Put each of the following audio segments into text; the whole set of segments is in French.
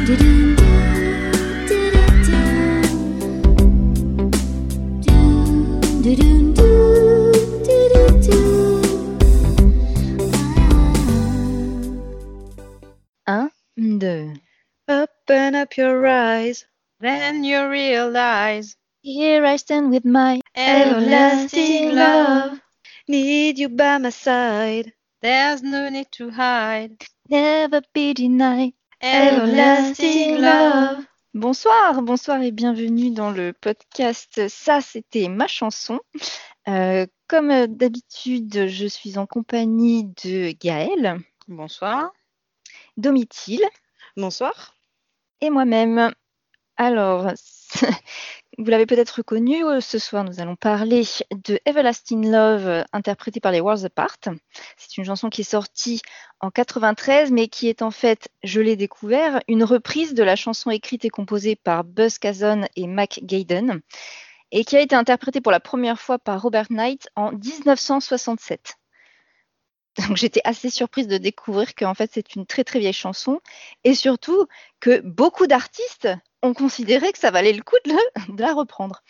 Un, deux. Open up your eyes, then you realize Here I stand with my everlasting love. Need you by my side. There's no need to hide. Never be denied. Everlasting love. Bonsoir et bienvenue dans le podcast Ça c'était ma chanson. Comme d'habitude, je suis en compagnie de Gaëlle. Bonsoir. Domitil. Bonsoir. Et moi-même. Alors, vous l'avez peut-être reconnu, ce soir nous allons parler de Everlasting Love, interprétée par les Worlds Apart. C'est une chanson qui est sortie en 93, mais qui est en fait, je l'ai découvert, une reprise de la chanson écrite et composée par Buzz Cason et Mac Gaiden, et qui a été interprétée pour la première fois par Robert Knight en 1967. Donc j'étais assez surprise de découvrir qu'en fait c'est une très très vieille chanson, et surtout que beaucoup d'artistes ont considéré que ça valait le coup de la reprendre.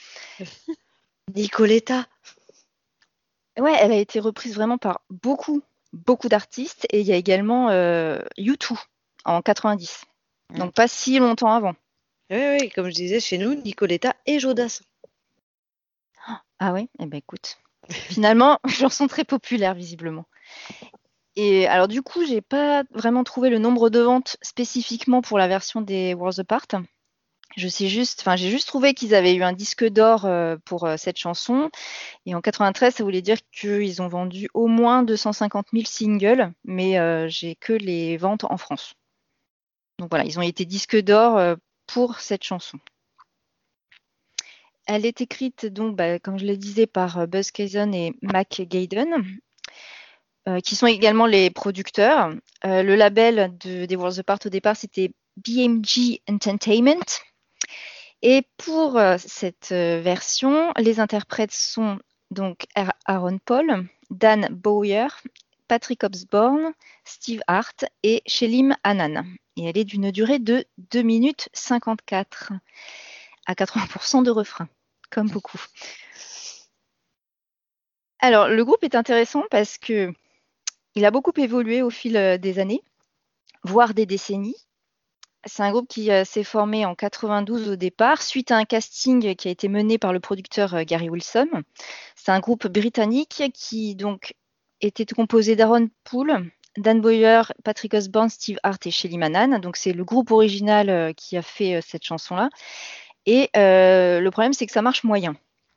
Nicoletta. Ouais, elle a été reprise vraiment par beaucoup d'artistes, et il y a également U2 en 90, donc pas si longtemps avant. Oui, comme je disais, chez nous, Nicoletta et Jodassin. Ah ouais, eh ben écoute, finalement, chanson très populaire visiblement. Et alors du coup, j'ai pas vraiment trouvé le nombre de ventes spécifiquement pour la version des Worlds Apart. J'ai juste trouvé qu'ils avaient eu un disque d'or pour cette chanson. Et en 93, ça voulait dire qu'ils ont vendu au moins 250 000 singles, mais j'ai que les ventes en France. Donc voilà, ils ont été disque d'or pour cette chanson. Elle est écrite, donc, comme je le disais, par Buzz Cason et Mac Gaiden, qui sont également les producteurs. Le label des Worlds Apart au départ, c'était BMG Entertainment. Et pour cette version, les interprètes sont donc Aaron Paul, Dan Bowyer, Patrick Osborne, Steve Hart et Shelim Hanan. Et elle est d'une durée de 2 minutes 54, à 80% de refrain, comme beaucoup. Alors, le groupe est intéressant parce qu'il a beaucoup évolué au fil des années, voire des décennies. C'est un groupe qui s'est formé en 92 au départ, suite à un casting qui a été mené par le producteur Gary Wilson. C'est un groupe britannique qui donc était composé d'Aaron Paul, Dan Bowyer, Patrick Osborne, Steve Hart et Shelim Hanan. Donc c'est le groupe original qui a fait cette chanson-là. Et le problème, c'est que ça marche moyen.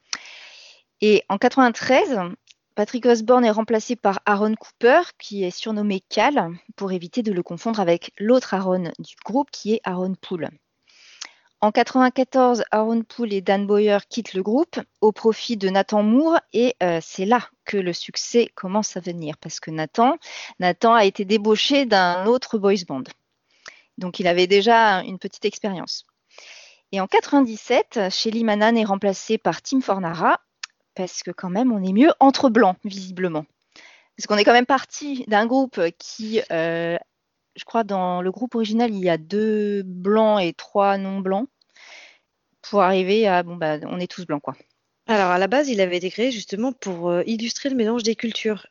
Et en 93, Patrick Osborne est remplacé par Aaron Cooper, qui est surnommé Cal, pour éviter de le confondre avec l'autre Aaron du groupe, qui est Aaron Paul. En 94, Aaron Paul et Dan Bowyer quittent le groupe au profit de Nathan Moore, et c'est là que le succès commence à venir, parce que Nathan a été débauché d'un autre boys band. Donc il avait déjà une petite expérience. Et en 97, Shelim Hanan est remplacé par Tim Fornara, parce que quand même, on est mieux entre blancs, visiblement. Parce qu'on est quand même parti d'un groupe qui, je crois, dans le groupe original, il y a 2 blancs et 3 non-blancs, pour arriver à, on est tous blancs, quoi. Alors, à la base, il avait été créé justement pour illustrer le mélange des cultures.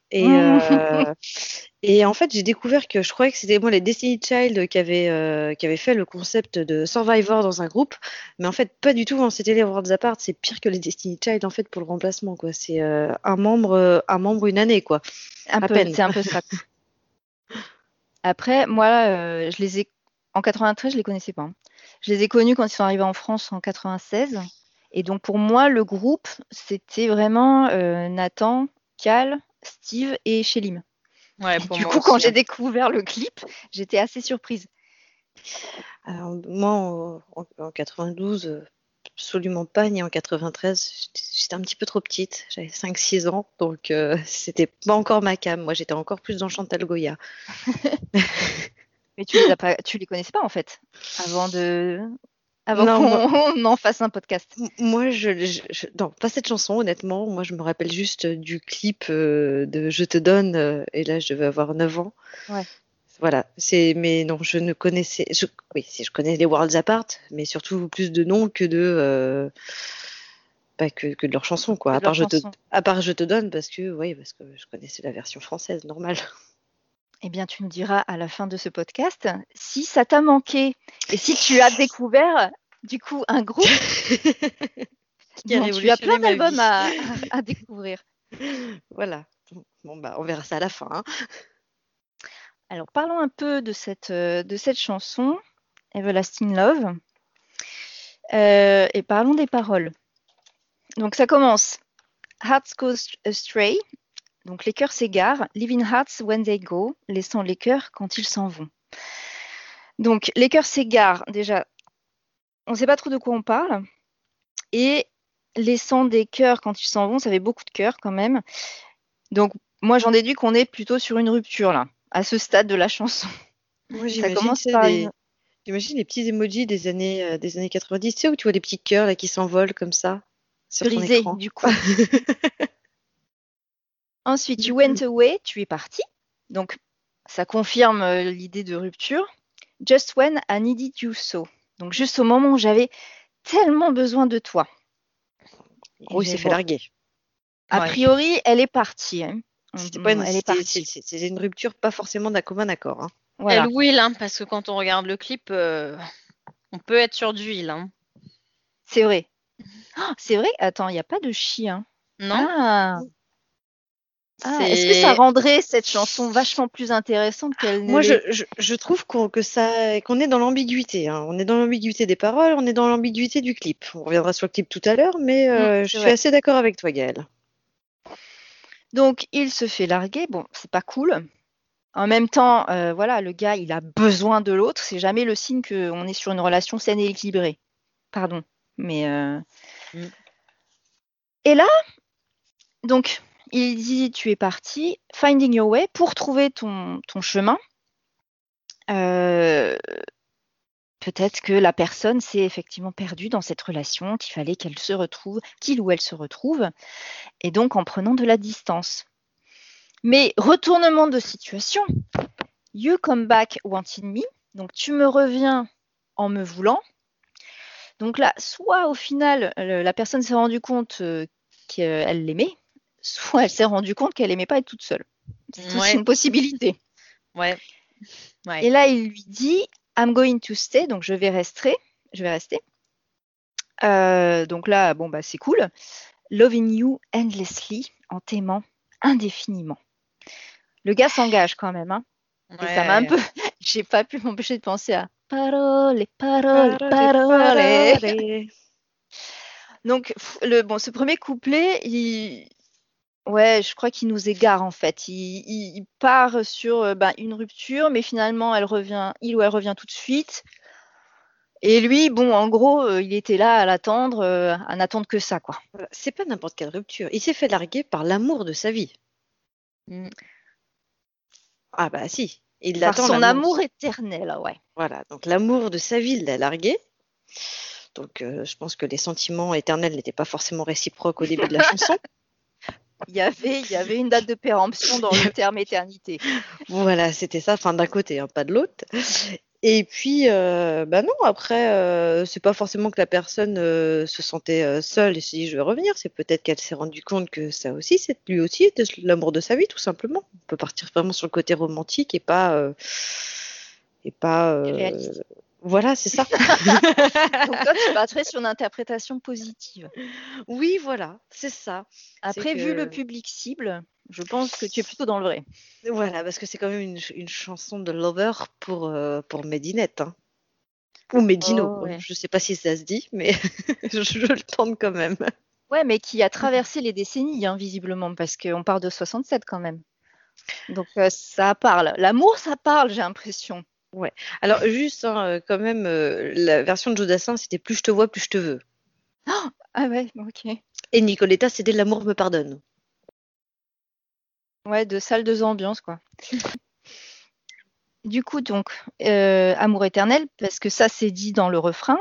Et en fait, j'ai découvert que je croyais que c'était moi les Destiny Child qui avaient fait le concept de Survivor dans un groupe, mais en fait, pas du tout. C'était les Worlds Apart. C'est pire que les Destiny Child en fait pour le remplacement, quoi. C'est un membre une année, quoi. C'est un peu ça. Après, moi, je les ai en 93, je les connaissais pas. Je les ai connus quand ils sont arrivés en France en 96. Et donc pour moi, le groupe, c'était vraiment Nathan, Cal, Steve et Shelim. Ouais, et du coup, quand j'ai découvert le clip, j'étais assez surprise. Alors moi, en 92, absolument pas, ni en 93. J'étais un petit peu trop petite, j'avais 5-6 ans, donc c'était pas encore ma came. Moi, j'étais encore plus dans Chantal Goya. Mais tu les connaissais pas en fait, avant qu'on en fasse un podcast. Moi, non, pas cette chanson, honnêtement. Moi, je me rappelle juste du clip de Je te donne, et là, je devais avoir 9 ans. Ouais. Voilà, mais non, je ne connaissais, oui, si je connais les Worlds Apart, mais surtout plus de noms que que de leurs chansons, quoi. Que de leurs chansons. À part Je te donne, parce que je connaissais la version française, normale. Eh bien, tu nous diras à la fin de ce podcast si ça t'a manqué et si tu as découvert du coup un groupe Qui a dont tu as plein révolutionné ma d'albums vie. à découvrir. Voilà. Bon, bah, on verra ça à la fin, hein. Alors, parlons un peu de cette chanson, Everlasting Love, et parlons des paroles. Donc, ça commence. Hearts go astray, donc les cœurs s'égarent. Leaving hearts when they go, laissant les cœurs quand ils s'en vont. Donc, les cœurs s'égarent, déjà, on ne sait pas trop de quoi on parle. Et laissant des cœurs quand ils s'en vont, ça fait beaucoup de cœurs quand même. Donc, moi, j'en déduis qu'on est plutôt sur une rupture, là, à ce stade de la chanson. Moi, Ça j'imagine, commence par une... j'imagine les petits emojis des années 90, tu sais, où tu vois les petits cœurs là, qui s'envolent comme ça sur ton brisée, écran. du coup. Ensuite, you went away, tu es parti. Donc, ça confirme l'idée de rupture. Just when I needed you so. Donc, juste au moment où j'avais tellement besoin de toi. En gros, il s'est fait Bon, larguer. a Ouais. priori, elle est partie. Hein. Elle est partie. C'était une rupture pas forcément d'un commun accord, hein. Voilà. Elle will, hein, parce que quand on regarde le clip, on peut être sur d'huile. Hein. C'est vrai. Oh, c'est vrai. Attends, il n'y a pas de chien. Non Est-ce que ça rendrait cette chanson vachement plus intéressante qu'elle ne Moi, l'est? je trouve qu'on est dans l'ambiguïté, hein. On est dans l'ambiguïté des paroles, on est dans l'ambiguïté du clip. On reviendra sur le clip tout à l'heure, mais je c'est suis vrai. assez d'accord avec toi, Gaëlle. Donc, il se fait larguer. Bon, c'est pas cool. En même temps, voilà, le gars, il a besoin de l'autre. C'est jamais le signe qu'on est sur une relation saine et équilibrée. Pardon. Mais Et là, donc, il dit, tu es parti, finding your way, pour trouver ton chemin. Peut-être que la personne s'est effectivement perdue dans cette relation, qu'il fallait qu'elle se retrouve, qu'il ou elle se retrouve, et donc en prenant de la distance. Mais retournement de situation, you come back wanting me, donc tu me reviens en me voulant. Donc là, soit au final, la personne s'est rendue compte qu'elle l'aimait, soit elle s'est rendue compte qu'elle n'aimait pas être toute seule. C'est aussi une possibilité. Ouais. Et là, il lui dit, I'm going to stay, donc je vais rester. Donc là, bon, bah, c'est cool. Loving you endlessly, en t'aimant indéfiniment. Le gars s'engage quand même, hein. Et ça m'a un peu... J'ai pas pu m'empêcher de penser à parole, parole, parole. Donc, ce premier couplet, ouais, je crois qu'il nous égare en fait. Il part sur une rupture, mais finalement, il ou elle revient tout de suite. Et lui, bon, en gros, il était là à l'attendre, à n'attendre que ça, quoi. Voilà. C'est pas n'importe quelle rupture. Il s'est fait larguer par l'amour de sa vie. Ah bah si. Il Par l'attend, son amour éternel, ouais. Voilà, donc l'amour de sa vie l'a largué. Donc je pense que les sentiments éternels n'étaient pas forcément réciproques au début de la chanson. Il y avait une date de péremption dans le terme éternité. Voilà, c'était ça, enfin d'un côté, hein, pas de l'autre. Et puis, non, après, c'est pas forcément que la personne se sentait seule et se dit je vais revenir, c'est peut-être qu'elle s'est rendue compte que ça aussi, c'est lui aussi était l'amour de sa vie, tout simplement. On peut partir vraiment sur le côté romantique et pas. Réaliste. Voilà, c'est ça. Donc toi, tu partirais sur une interprétation positive. Oui, voilà, c'est ça. Après, vu le public cible, je pense que tu es plutôt dans le vrai. Voilà, parce que c'est quand même une chanson de Lover pour Medinette, hein. Ou Medino, Oh, ouais. je sais pas si ça se dit, mais je le tente quand même. Ouais, mais qui a traversé les décennies, hein, visiblement, parce qu'on part de 67 quand même. Donc ça parle. L'amour, ça parle, j'ai l'impression. Ouais. Alors juste, hein, quand même, la version de Jodassin, c'était plus je te vois, plus je te veux. Oh, ah ouais, ok. Et Nicoletta, c'était l'amour me pardonne. Ouais, de salles, deux ambiances, quoi. Du coup, donc, amour éternel, parce que ça, c'est dit dans le refrain.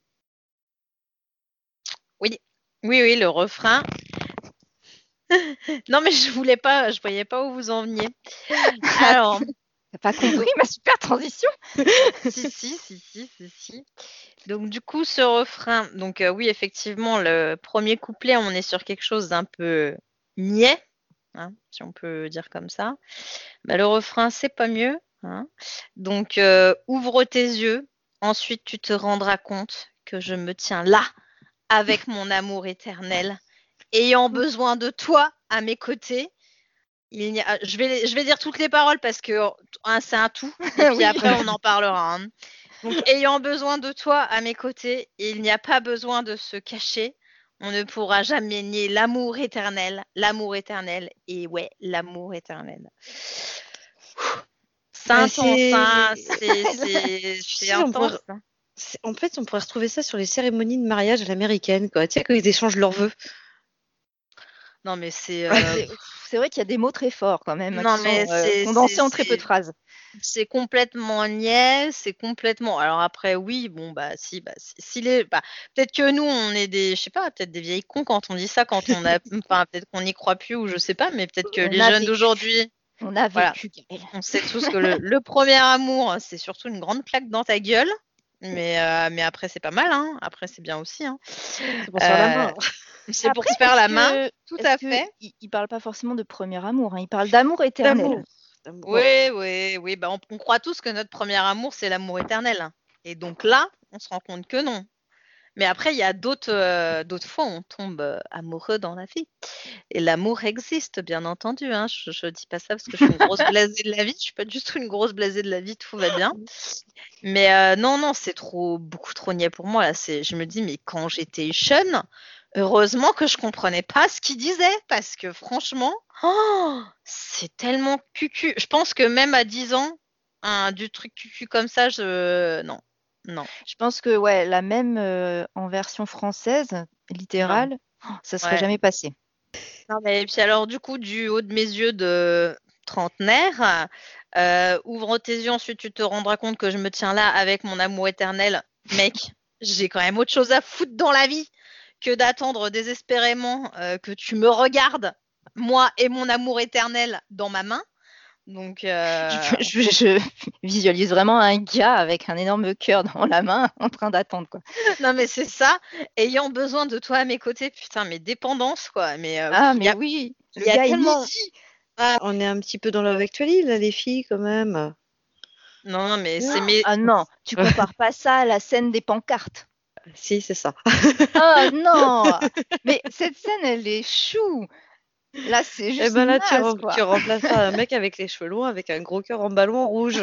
Oui, le refrain. Non, mais je voyais pas où vous en veniez. Alors, T'as pas compris ma super transition? Si. Donc du coup, ce refrain, donc oui, effectivement, le premier couplet, on est sur quelque chose d'un peu niais, hein, si on peut dire comme ça. Bah, le refrain, c'est pas mieux, hein. Donc ouvre tes yeux, ensuite tu te rendras compte que je me tiens là avec mon amour éternel, ayant besoin de toi à mes côtés. Je vais dire toutes les paroles parce que c'est un tout, et puis Oui. après on en parlera, hein. Donc, ayant besoin de toi à mes côtés, il n'y a pas besoin de se cacher. On ne pourra jamais nier l'amour éternel, et ouais, l'amour éternel. C'est Bah, intense, hein, Tu c'est sais, intense. en fait, on pourrait retrouver ça sur les cérémonies de mariage à l'américaine, quoi. Tu sais, quand ils échangent leurs vœux. Non, mais c'est C'est vrai qu'il y a des mots très forts quand même non, qui mais sont condensés en très peu de phrases. c'est complètement niais, c'est complètement. Alors après, oui, bon si les, peut-être que nous, on est des, je sais pas, peut-être des vieilles cons quand on dit ça, quand on a, enfin peut-être qu'on n'y croit plus ou je sais pas, mais peut-être que On les a jeunes vécu. d'aujourd'hui, On a voilà, vécu, Gaëlle. on sait tous que le premier amour, c'est surtout une grande claque dans ta gueule. Mais après, c'est pas mal, hein. Après, c'est bien aussi, hein. C'est pour se faire la main. C'est pour Après, se faire la main, tout est-ce à que fait. il parle pas forcément de premier amour, hein, il parle d'amour éternel. D'amour. Oui. On croit tous que notre premier amour, c'est l'amour éternel. Et donc là, on se rend compte que non. Mais après, il y a d'autres fois où on tombe amoureux dans la vie. Et l'amour existe, bien entendu, hein. Je dis pas ça parce que je suis une grosse blasée de la vie. Je suis pas du tout une grosse blasée de la vie, tout va bien. Mais non, c'est beaucoup trop niais pour moi. Là. Je me dis, mais quand j'étais jeune, heureusement que je comprenais pas ce qu'il disait. Parce que franchement, c'est tellement cucu. Je pense que même à 10 ans, du truc cucu comme ça, non. Je pense que ouais, la même en version française, Non. littérale, ça serait Ouais. jamais passé. Non, mais et puis alors, du coup, du haut de mes yeux de trentenaire, ouvre tes yeux, ensuite tu te rendras compte que je me tiens là avec mon amour éternel. Mec, j'ai quand même autre chose à foutre dans la vie que d'attendre désespérément que tu me regardes, moi et mon amour éternel, dans ma main. Donc, Je visualise vraiment un gars avec un énorme cœur dans la main en train d'attendre, quoi. non, mais c'est ça. Ayant besoin de toi à mes côtés, putain, mais dépendance, quoi. Mais Ah, il y mais a, oui, il le y a gars est tellement. needy. On est un petit peu dans Love Actually, là, les filles, quand même. Non, mais c'est mes. Ah non, tu compares pas ça à la scène des pancartes. Si, c'est ça. Oh non, mais cette scène, elle est chou. Là, c'est Et juste ben là, naze, quoi. tu remplaceras un mec avec les cheveux longs, avec un gros cœur en ballon rouge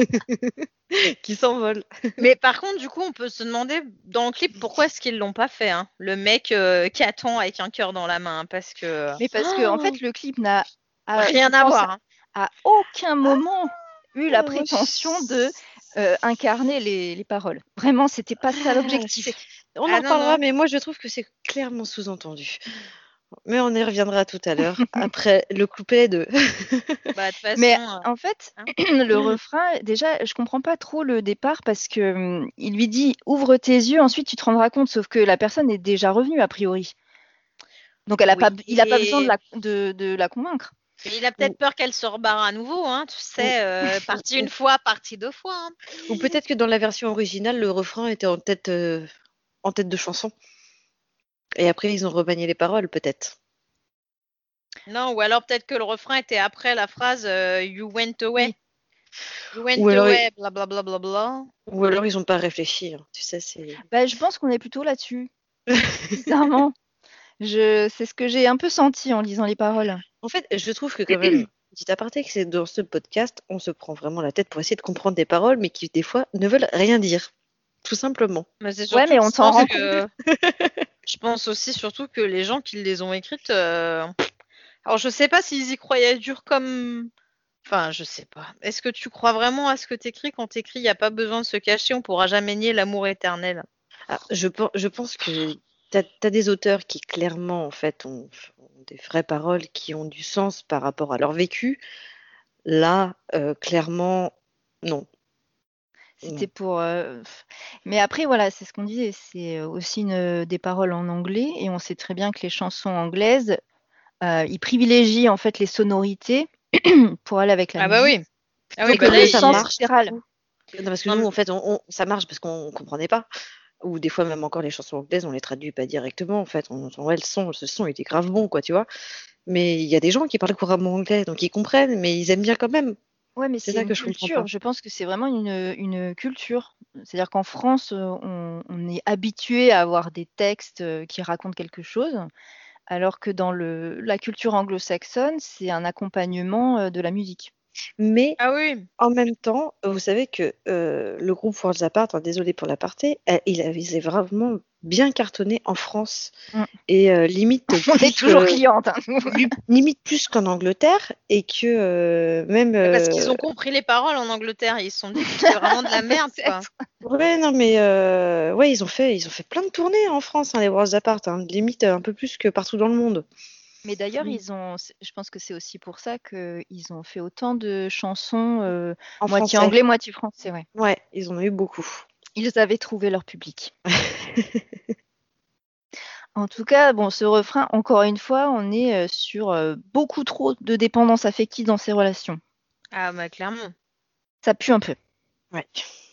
qui s'envole. Mais par contre, du coup, on peut se demander dans le clip pourquoi est-ce qu'ils l'ont pas fait, hein, le mec qui attend avec un cœur dans la main, parce que Mais parce que en fait, le clip n'a, je rien à pense, voir, hein. à aucun moment eu la moi, prétention de incarner les paroles. Vraiment, c'était pas ça l'objectif. On en Ah reparlera, non. mais moi, je trouve que c'est clairement sous-entendu. Mais on y reviendra tout à l'heure, après le couplet de... Bah de toute Mais façon, en fait, hein. le refrain, déjà, je comprends pas trop le départ parce que il lui dit ouvre tes yeux, ensuite tu te rendras compte, sauf que la personne est déjà revenue a priori. Donc elle a Oui. pas, il a pas besoin de la convaincre. Mais il a ou, peut-être peur qu'elle se rebarre à nouveau, hein, tu ou, sais, partie ou- une fois, partie deux fois, hein. ou peut-être que dans la version originale, le refrain était en tête de chanson. Et après, ils ont remanié les paroles, peut-être. Non, ou alors peut-être que le refrain était après la phrase You went away. Oui. You went Ou alors, away, blablabla. Bla, bla, bla. ou alors ils n'ont pas réfléchi. Hein. Tu sais, c'est... Bah, je pense qu'on est plutôt là-dessus. Bizarrement, c'est ce que j'ai un peu senti en lisant les paroles. En fait, je trouve que quand même, petit aparté, que c'est dans ce podcast, on se prend vraiment la tête pour essayer de comprendre des paroles, mais qui des fois ne veulent rien dire, tout simplement. Mais c'est Ouais, surtout mais que on s'en rend compte. je pense aussi surtout que les gens qui les ont écrites, alors je sais pas s'ils y croyaient dur comme, enfin je sais pas. Est-ce que tu crois vraiment à ce que t'écris quand t'écris? Il y a pas besoin de se cacher, on pourra jamais nier l'amour éternel. Ah, je pense que tu as des auteurs qui clairement, en fait, ont des vraies paroles qui ont du sens par rapport à leur vécu. Là, clairement, non. C'était pour. Mais après, voilà, c'est ce qu'on disait. C'est aussi des paroles en anglais, et on sait très bien que les chansons anglaises, ils privilégient en fait les sonorités pour aller avec la Ah bah musique. oui. Ah oui, Donc, bah là, le ça sens marche. littéral. Non, parce que Non, nous, mais- en fait, ça marche parce qu'on comprenait pas. Ou des fois, même encore les chansons anglaises, on les traduit pas directement. En fait, on entend, ouais, ce son était grave bon, quoi, tu vois. Mais il y a des gens qui parlent couramment anglais, donc ils comprennent, mais ils aiment bien quand même. Ouais, mais C'est c'est ça une que je comprends pas. culture. Je pense que c'est vraiment une culture. C'est-à-dire qu'en France, on est habitué à avoir des textes qui racontent quelque chose, alors que dans la culture anglo-saxonne, c'est un accompagnement de la musique. Mais Ah oui. en même temps, vous savez que le groupe Worlds Apart, désolé pour l'aparté, il avait vraiment bien cartonné en France. Mm. Et limite On est plus toujours cliente, hein, nous. limite plus qu'en Angleterre et que même Mais parce qu'ils ont compris les paroles en Angleterre, ils se sont dit que c'était vraiment de la merde, quoi. Peut-être. ouais non mais ouais ils ont fait plein de tournées en France hein, les Worlds Apart hein, limite un peu plus que partout dans le monde. Mais d'ailleurs, je pense que c'est aussi pour ça qu'ils ont fait autant de chansons En moitié français. anglais, moitié français. Ouais. Ouais, ils en ont eu beaucoup. Ils avaient trouvé leur public. En tout cas, bon, ce refrain, encore une fois, on est sur beaucoup trop de dépendance affective dans ces relations. Ah bah clairement. Ça pue un peu. Ouais.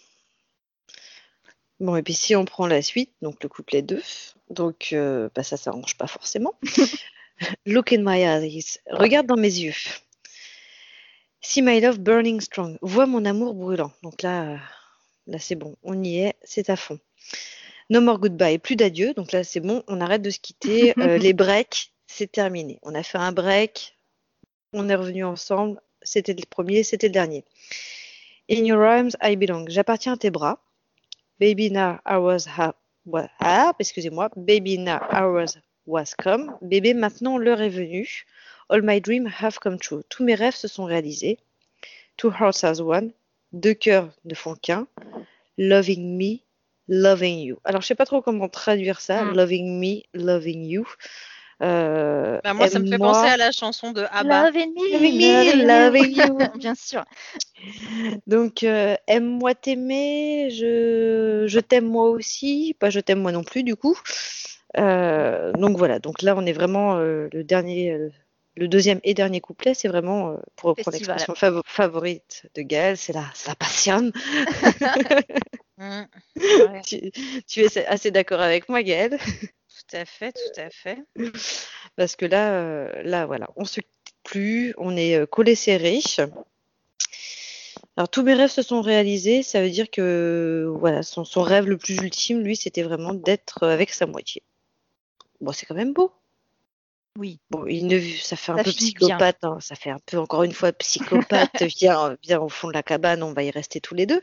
Bon et puis si on prend la suite, donc le couplet 2, donc bah ça s'arrange pas forcément. Look in my eyes, regarde dans mes yeux. See my love burning strong, vois mon amour brûlant. Donc là c'est bon, on y est, c'est à fond. No more goodbye, plus d'adieu. Donc là c'est bon, on arrête de se quitter. Les breaks, c'est terminé. On a fait un break, on est revenu ensemble. C'était le premier, c'était le dernier. In your arms I belong. J'appartiens à tes bras. Baby now ours excusez-moi. Baby now ours was come. Bébé maintenant l'heure est venue. All my dreams have come true. Tous mes rêves se sont réalisés. Two hearts as one. Deux cœurs ne font qu'un. Loving me, loving you. Alors, je sais pas trop comment traduire ça. Mm. Loving me, loving you. Bah, moi, ça me fait penser Aime-moi. à la chanson de ABBA. Loving me, Loving me, loving loving you. you. Bien sûr. Donc, aime-moi t'aimer, je t'aime moi aussi. Pas je t'aime moi non plus, du coup. Donc voilà. Donc là, on est vraiment le deuxième et dernier couplet, c'est vraiment, pour reprendre Festival. l'expression favorite de Gaël, c'est la passion. Mm. Ouais, Tu es assez d'accord avec moi, Gaël? tout à fait, tout à fait. Parce que là, voilà, on se quitte plus, on est collés serrés. Alors tous mes rêves se sont réalisés, ça veut dire que voilà, son rêve le plus ultime, lui, c'était vraiment d'être avec sa moitié. Bon, c'est quand même beau. Oui, Bon, ça fait un ça peu finit bien. psychopathe, hein, ça fait un peu encore une fois psychopathe, viens au fond de la cabane, on va y rester tous les deux.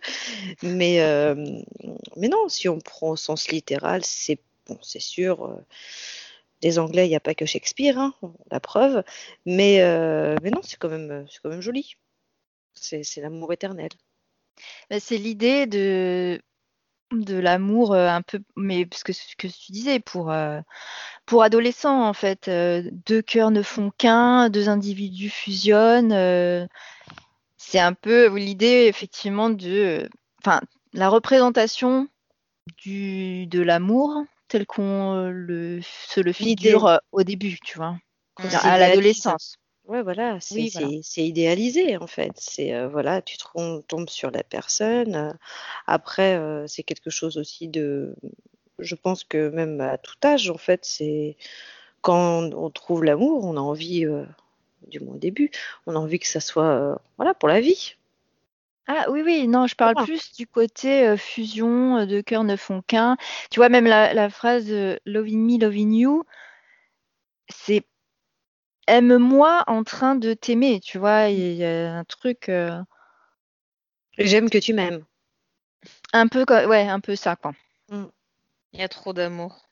Mais non, si on prend au sens littéral, c'est bon, c'est sûr. Les Anglais, il n'y a pas que Shakespeare, hein, la preuve. Mais non, c'est quand même joli. C'est l'amour éternel. C'est l'idée de l'amour un peu, mais parce que ce que tu disais, pour adolescents, en fait. Deux cœurs ne font qu'un, deux individus fusionnent. C'est un peu l'idée, effectivement, enfin, la représentation de l'amour tel qu'on se le L'idée figure au début, tu vois, qu'on Mm. à s'idéalise. l'adolescence. Ouais, voilà, Oui, voilà. c'est idéalisé en fait. C'est voilà, tombes sur la personne. Après, c'est quelque chose aussi de. Je pense que même à tout âge, en fait, c'est quand on trouve l'amour, on a envie, du moins au début, on a envie que ça soit, voilà, pour la vie. Ah oui, oui, non, je parle Voilà. plus du côté fusion, deux cœurs ne font qu'un. Tu vois, même la phrase Loving me, loving you, c'est aime-moi en train de t'aimer, tu vois, il y a un truc J'aime que tu m'aimes. un peu, ouais, un peu ça, quoi. Mm. Il y a trop d'amour.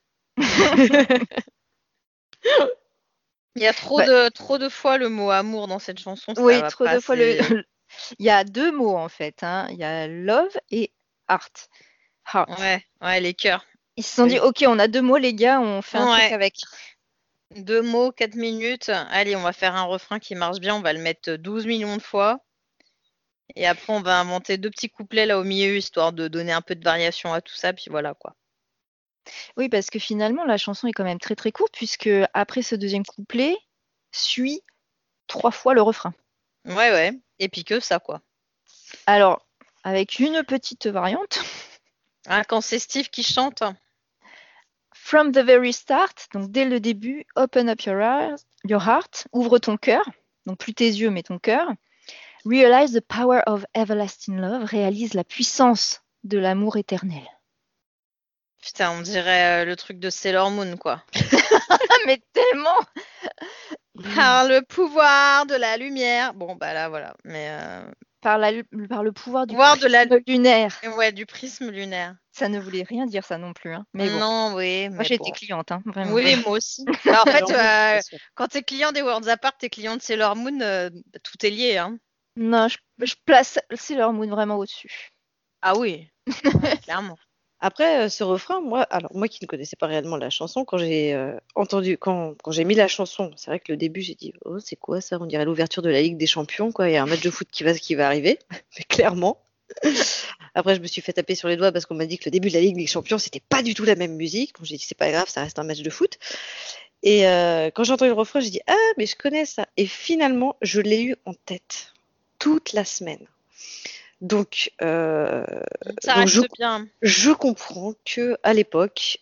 Il y a Ouais, trop de fois le mot amour dans cette chanson, ça oui, va trop pas. de fois il y a deux mots en fait, hein. Il y a love et heart. Heart. Ouais, ouais, les cœurs. Ils se sont dit, Oui. ok, on a deux mots, les gars, on fait un truc Ouais, avec. 2 mots, 4 minutes. Allez, on va faire un refrain qui marche bien, on va le mettre 12 millions de fois. Et après, on va inventer 2 petits couplets là au milieu, histoire de donner un peu de variation à tout ça, puis voilà quoi. Oui, parce que finalement, la chanson est quand même très très courte, puisque après ce deuxième couplet, suit trois fois le refrain. Ouais, ouais. Et puis que ça, quoi. Alors, avec une petite variante. Ah, quand c'est Steve qui chante. From the very start, donc dès le début, open up your heart, ouvre ton cœur, donc plus tes yeux mais ton cœur. Realize the power of everlasting love, réalise la puissance de l'amour éternel. Putain, on dirait le truc de Sailor Moon, quoi. Mais tellement. Par le pouvoir de la lumière. Bon, bah là, voilà. Mais Par le pouvoir du pouvoir de la prisme lunaire. ouais, du prisme lunaire. Ça ne voulait rien dire ça non plus. Hein. Mais bon, Non, oui, moi mais j'ai été bon. cliente, hein, vraiment. Oui, moi aussi. Bah, en fait, Sailor Moon, bien sûr. quand t'es client des Worlds Apart, t'es client de Sailor Moon, bah, tout est lié, hein. Non, je place Sailor Moon vraiment au-dessus. Ah oui, ouais, clairement. Après, ce refrain, moi qui ne connaissais pas réellement la chanson, quand j'ai entendu, quand j'ai mis la chanson, c'est vrai que le début, j'ai dit, oh, c'est quoi ça? On dirait l'ouverture de la Ligue des Champions, quoi. Il y a un match de foot qui va arriver, mais clairement. Après, je me suis fait taper sur les doigts parce qu'on m'a dit que le début de la Ligue des Champions, c'était pas du tout la même musique. Bon, j'ai dit, c'est pas grave, ça reste un match de foot. Et quand j'ai entendu le refrain, j'ai dit, ah, mais je connais ça. Et finalement, je l'ai eu en tête toute la semaine. Donc, Ça donc reste bien. je comprends que à l'époque,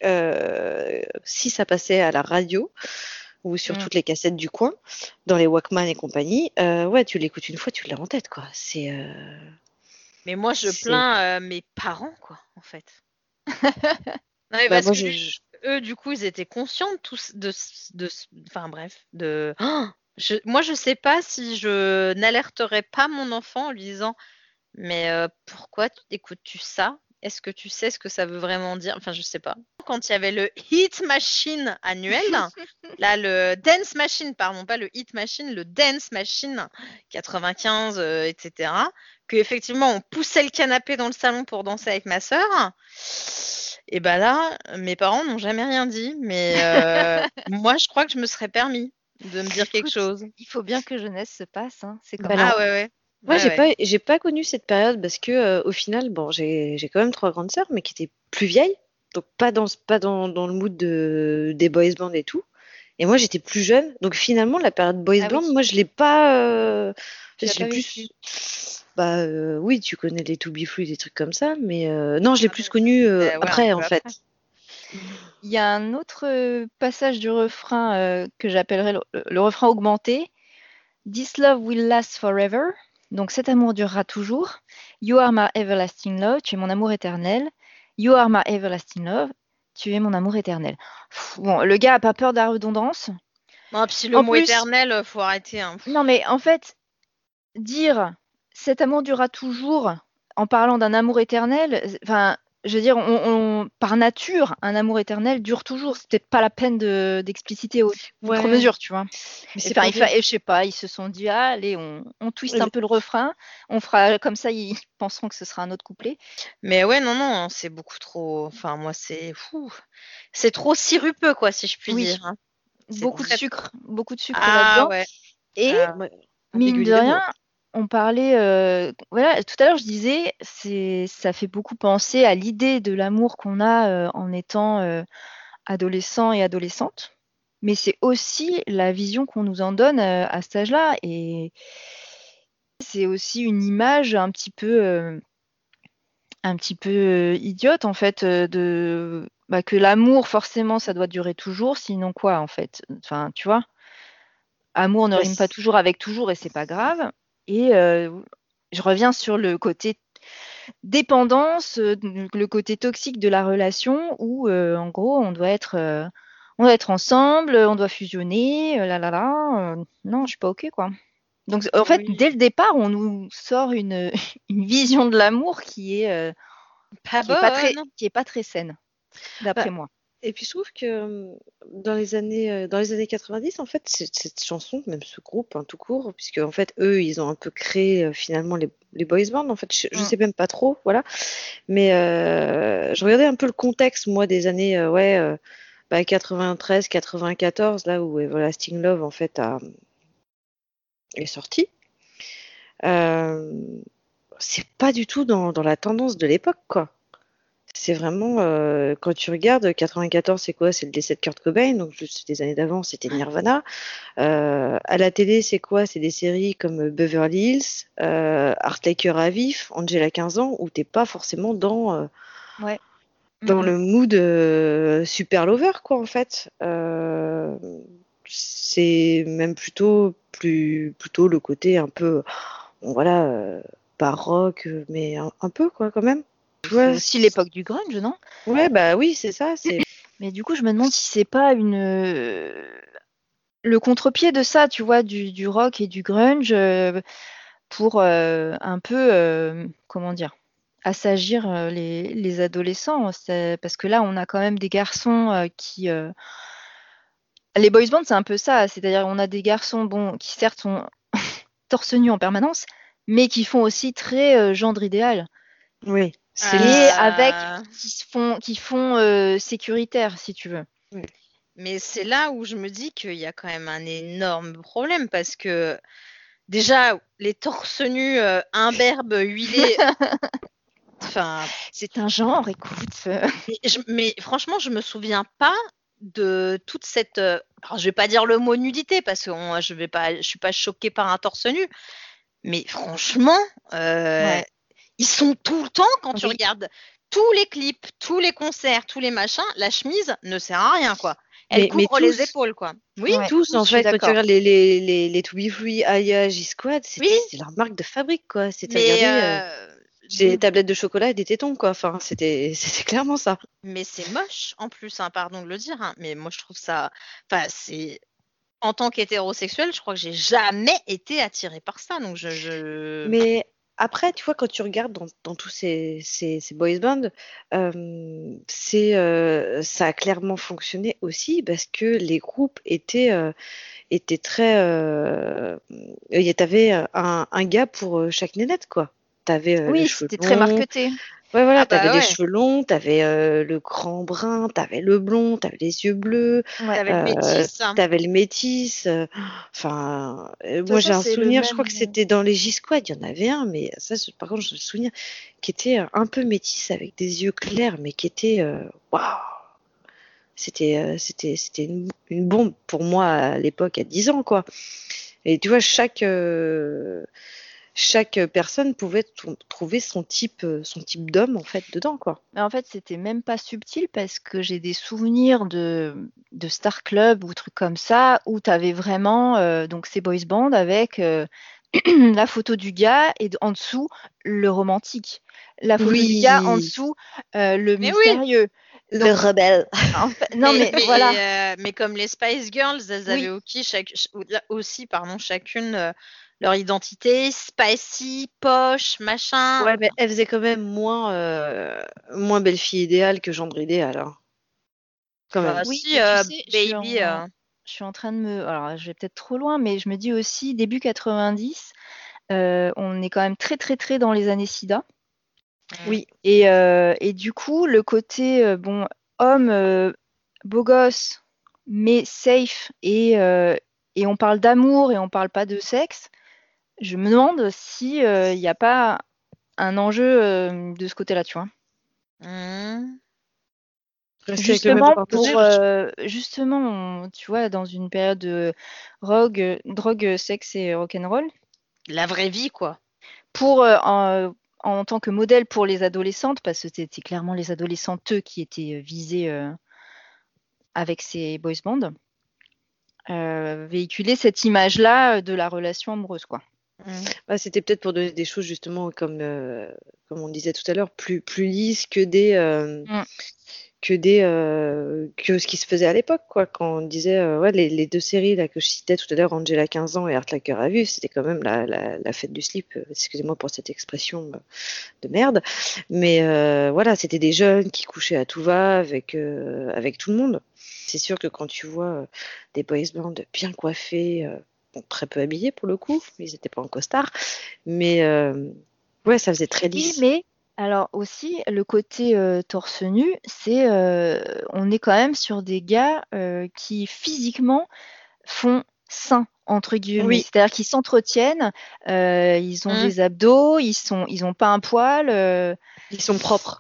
si ça passait à la radio ou sur toutes les cassettes du coin, dans les Walkman et compagnie, ouais, tu l'écoutes une fois, tu l'as en tête, quoi. Mais moi, je C'est- plains mes parents, quoi, en fait. Non, mais Bah, parce moi, que eux, du coup, ils étaient conscients de tout, enfin bref, de. Moi, je sais pas si je n'alerterais pas mon enfant en lui disant, mais pourquoi écoutes-tu ça? Est-ce que tu sais ce que ça veut vraiment dire? Enfin, je sais pas. Quand il y avait le Hit Machine annuel, là, le Dance Machine, pardon, pas le Hit Machine, le Dance Machine 95, etc., que effectivement, on poussait le canapé dans le salon pour danser avec ma sœur. Et bah là, mes parents n'ont jamais rien dit, mais moi, je crois que je me serais permis de me dire quelque Écoute, chose. il faut bien que jeunesse se passe, hein. C'est Bah comme ça. alors, Ah ouais, ouais. moi, Ouais, ouais. j'ai pas connu cette période parce que au final, bon, j'ai quand même trois grandes sœurs, mais qui étaient plus vieilles, donc pas dans le mood des boys band et tout. Et moi, j'étais plus jeune, donc finalement, la période boys Ah band, oui, moi, je l'ai pas. tu l'as Je l'ai pas vécu. plus. Bah oui, tu connais les To Be Free, des trucs comme ça, mais non, je l'ai Ah, plus mais ça, connu c'était ouais, un après, peu en après. fait. Il y a un autre passage du refrain que j'appellerais le refrain augmenté. This love will last forever. Donc cet amour durera toujours. You are my everlasting love. Tu es mon amour éternel. You are my everlasting love. Tu es mon amour éternel. Bon, le gars a pas peur de la redondance. Non, puis le En mot plus, éternel, faut arrêter, hein. non mais en fait, dire cet amour durera toujours en parlant d'un amour éternel, enfin, je veux dire, par nature, un amour éternel dure toujours. C'est peut-être pas la peine d'expliciter outre Ouais, mesure, tu vois. mais c'est Enfin, pour dire. je sais pas, ils se sont dit, ah, allez, on twiste un Mais peu le refrain, on fera comme ça, ils penseront que ce sera un autre couplet. Mais ouais, non, non, c'est beaucoup trop. Enfin, moi, c'est trop sirupeux, quoi, si je puis Oui, dire, hein. C'est très trop. beaucoup de sucre Ah là-dedans. ouais. Et ouais, mine ambigu de les rien, mots. on parlait, voilà, tout à l'heure je disais, ça fait beaucoup penser à l'idée de l'amour qu'on a en étant adolescent et adolescente, mais c'est aussi la vision qu'on nous en donne à cet âge-là, et c'est aussi une image un petit peu idiote en fait de bah, que l'amour forcément ça doit durer toujours, sinon quoi en fait, enfin tu vois. Amour ne Bah, rime pas toujours avec toujours et c'est pas grave. Et je reviens sur le côté dépendance, le côté toxique de la relation où en gros on doit être ensemble, on doit fusionner, là là là. Non, je suis pas ok quoi. Donc en fait Oui. dès le départ on nous sort une, une vision de l'amour Pas bonne. qui est pas très saine bah, d'après moi. et puis je trouve que dans les années 90, en fait, cette chanson, même ce groupe, hein, tout court, puisque en fait, eux, ils ont un peu créé finalement les boys bands. En fait, je Mm. sais même pas trop, voilà. Mais je regardais un peu le contexte, moi, des années ouais, 93, 94, là où Everlasting Love, en fait, est sorti. Euh, c'est pas du tout dans la tendance de l'époque, quoi. C'est vraiment, quand tu regardes, 94, c'est quoi? C'est le décès de Kurt Cobain, donc juste des années d'avant, c'était Nirvana. À la télé, c'est quoi? C'est des séries comme Beverly Hills, Art Like à vif, Angela 15 ans, où t'es pas forcément Ouais. dans le mood super lover, quoi, en fait. C'est même plutôt le côté un peu, bon, voilà, pas rock, mais un peu, quoi, quand même. Tu C'est vois, aussi l'époque du grunge, non? ouais, bah oui, c'est ça. Mais du coup, je me demande si c'est pas le contre-pied de ça, tu vois, du rock et du grunge pour un peu, comment dire, assagir les adolescents. Parce que là, on a quand même des garçons qui... Les boys bands, c'est un peu ça. C'est-à-dire, on a des garçons bon, qui certes sont torse nu en permanence, mais qui font aussi très gendre idéal. Oui, c'est Et lisse. avec qui font sécuritaire, si tu veux. Mais c'est là où je me dis qu'il y a quand même un énorme problème parce que déjà, les torse nus imberbes, huilés, enfin, C'est un genre, écoute. mais franchement, je me souviens pas de toute cette. Alors, je vais pas dire le mot nudité parce que je suis pas choquée par un torse nu, mais franchement, Ouais. ils sont tout le temps quand tu Oui. regardes tous les clips, tous les concerts, tous les machins, la chemise ne sert à rien quoi. Elle Mais couvre les tous, épaules quoi. Oui, Ouais, tous, je en suis fait, quand tu d'accord. regardes les To Be Free, Aya, G-Squad, oui, c'était leur marque de fabrique, quoi. C'était, mais regardez, j'ai des tablettes de chocolat et des tétons, quoi. Enfin, c'était clairement ça. mais c'est moche en plus, hein, pardon de le dire, hein, mais moi je trouve ça. Enfin, c'est en tant qu'hétérosexuel, je crois que j'ai jamais été attirée par ça, donc je... Mais après, tu vois, quand tu regardes dans tous ces boys bands, ça a clairement fonctionné aussi parce que les groupes étaient très. T'avais un gars pour chaque nénette, quoi. T'avais les Oui, cheveux c'était très longs. marketé. Ouais, voilà, Ah t'avais bah les ouais, cheveux longs, t'avais le grand brun, t'avais le blond, t'avais les yeux bleus, Ouais. t'avais le euh, métis, hein. t'avais le métis. Enfin, De toute moi façon, j'ai un c'est le souvenir, je crois que même. c'était dans les J-Squad, il y en avait un, mais ça, par contre, je me souviens, qui était un peu métis avec des yeux clairs, mais qui était, waouh, c'était une bombe pour moi à l'époque, à 10 ans, quoi. Et tu vois, chaque personne pouvait trouver son type d'homme en fait dedans, quoi. Mais en fait, c'était même pas subtil parce que j'ai des souvenirs de Star Club ou trucs comme ça où tu avais vraiment donc ces boys bands avec la photo du gars et en dessous le romantique. La photo du gars en Oui, dessous le Mais oui, mystérieux. le Donc, rebelle. non, mais voilà. mais comme les Spice Girls, elles avaient Oui, aussi pardon, chacune leur identité, spicy, poche, machin. Ouais, mais elle faisait quand même moins belle fille idéale que gendre idéal, hein. Quand même. Bah oui, si, mais tu sais, baby. je suis en train de me. Alors, je vais peut-être trop loin, mais je me dis aussi, début 90, on est quand même très, très, très dans les années SIDA. Oui, Et du coup, le côté, bon, homme, beau gosse, mais safe, et on parle d'amour et on parle pas de sexe, je me demande si il n'y a pas un enjeu de ce côté-là, tu vois. Hmm. rester avec le même Justement partenaire. pour justement, tu vois, dans une période de drogue, sexe et rock'n'roll, La vraie vie, quoi. pour en tant que modèle pour les adolescentes, parce que c'était clairement les adolescentes eux, qui étaient visées avec ces boys bands, véhiculer cette image-là de la relation amoureuse, quoi. Hmm. Bah, c'était peut-être pour donner des choses justement comme on disait tout à l'heure, plus lisses Mm. que ce qui se faisait à l'époque, quoi. Quand on disait ouais, les deux séries là que je citais tout à l'heure, Angela 15 ans et Art Like à vif, c'était quand même la fête du slip. Excusez-moi pour cette expression de merde, mais voilà, c'était des jeunes qui couchaient à tout va avec tout le monde. C'est sûr que quand tu vois des boys bands bien coiffés, bon, très peu habillés pour le coup, ils n'étaient pas en costard, mais ouais, ça faisait très Oui, lisse. mais alors aussi, le côté torse nu, on est quand même sur des gars qui physiquement font sain entre guillemets, Oui, c'est-à-dire qu'ils s'entretiennent, ils ont Hmm. des abdos, ils ont pas un poil, ils sont propres.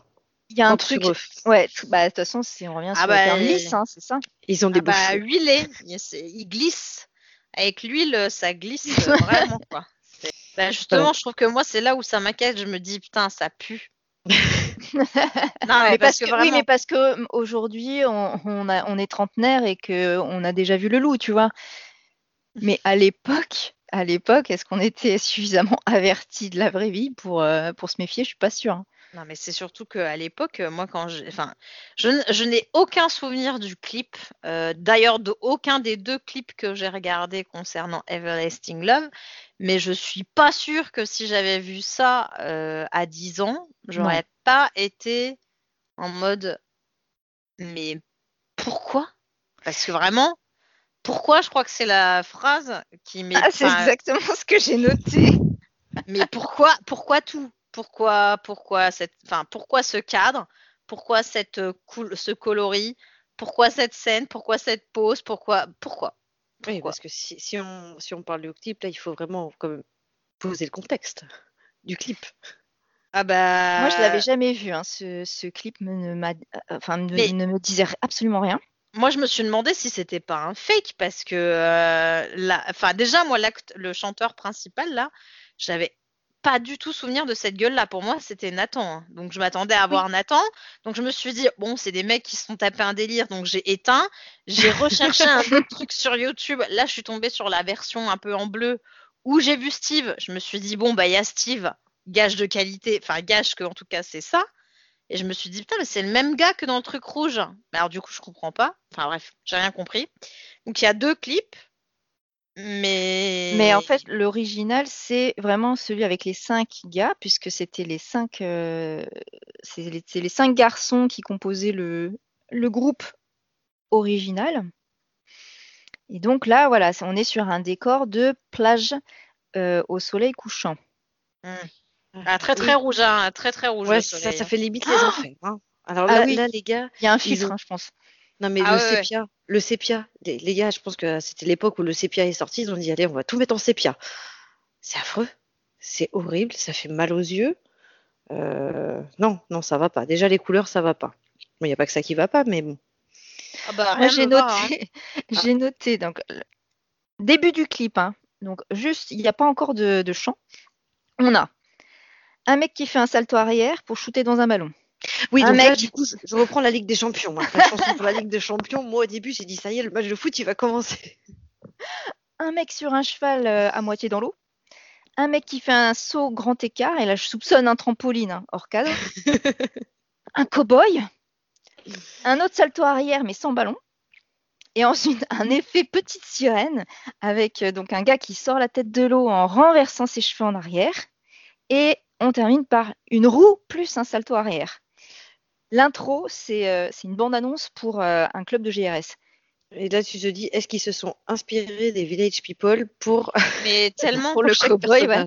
Il y a un Compte truc. sur eux. Ouais, de toute façon, on revient sur le terme lisse, hein, c'est ça. Ils ont des beaux cheveux. Huilé, il glisse. Avec l'huile, ça glisse vraiment, quoi. Justement, je trouve que moi, c'est là où ça m'inquiète. Je me dis, putain, ça pue. Non, mais parce que oui, vraiment. mais parce que aujourd'hui, on est trentenaire et que on a déjà vu le loup, tu vois. Mais à l'époque, est-ce qu'on était suffisamment avertis de la vraie vie pour se méfier? Je suis pas sûre, hein. Non, mais c'est surtout qu'à l'époque, moi, je n'ai aucun souvenir du clip. D'ailleurs, de aucun des 2 clips que j'ai regardés concernant Everlasting Love. Mais je suis pas sûre que si j'avais vu ça à 10 ans, j'aurais pas été en mode mais pourquoi? Parce que vraiment, pourquoi? Je crois que c'est la phrase qui m'est. Ah, c'est exactement ce que j'ai noté. Mais pourquoi tout? Pourquoi pourquoi ce cadre? Pourquoi ce coloris? Pourquoi cette scène? Pourquoi cette pose? Pourquoi? Oui, parce que si on parle du clip, là, il faut vraiment quand même poser le contexte du clip. Ah bah. Moi, je l'avais jamais vu, hein, ce clip ne me disait absolument rien. Moi, je me suis demandé si c'était pas un fake parce que déjà moi le chanteur principal là, j'avais pas du tout souvenir de cette gueule là. Pour moi, c'était Nathan, hein. Donc je m'attendais à voir Nathan. Donc je me suis dit bon, c'est des mecs qui se sont tapés un délire. Donc j'ai éteint. J'ai recherché un autre truc sur YouTube. Là, je suis tombée sur la version un peu en bleu où j'ai vu Steve. Je me suis dit bon bah il y a Steve, gage de qualité. Enfin gage que en tout cas c'est ça. Et je me suis dit, putain, mais c'est le même gars que dans le truc rouge. Mais alors, du coup, je comprends pas. Enfin, bref, j'ai rien compris. Donc, il y a 2 clips, Mais en fait, l'original, c'est vraiment celui avec les 5 gars, puisque c'était les 5, c'est les 5 garçons qui composaient le groupe original. Et donc là, voilà, on est sur un décor de plage au soleil couchant. très, très rouge, hein, très, très rouge Ouais, le soleil. ça fait limite les enfers. Hein. Alors Ah là, oui, les gars, il y a un filtre, hein, je pense. Non, mais le sépia, les gars, je pense que c'était l'époque où le sépia est sorti, ils ont dit, allez, on va tout mettre en sépia. C'est affreux, c'est horrible, ça fait mal aux yeux. Non, ça va pas. Déjà, les couleurs, ça va pas. Bon, il n'y a pas que ça qui va pas, mais bon. Ah bah, Moi, rien j'ai ne va, hein. noté, j'ai noté, donc, début du clip, hein. Donc, juste, il n'y a pas encore de chant. On a un mec qui fait un salto arrière pour shooter dans un ballon. Oui, donc là, du coup, je reprends la Ligue des Champions. Moi. La chanson pour la Ligue des Champions, moi, au début, j'ai dit, ça y est, le match de foot, il va commencer. Un mec sur un cheval à moitié dans l'eau. Un mec qui fait un saut grand écart, et là, je soupçonne un trampoline, hein, hors cadre. Un cow-boy. Un autre salto arrière, mais sans ballon. Et ensuite, un effet petite sirène, avec donc un gars qui sort la tête de l'eau en renversant ses cheveux en arrière. Et on termine par une roue plus un salto arrière. L'intro, c'est une bande-annonce pour un club de GRS. Et là, tu te dis, est-ce qu'ils se sont inspirés des Village People pour, mais tellement pour le cowboy, ouais.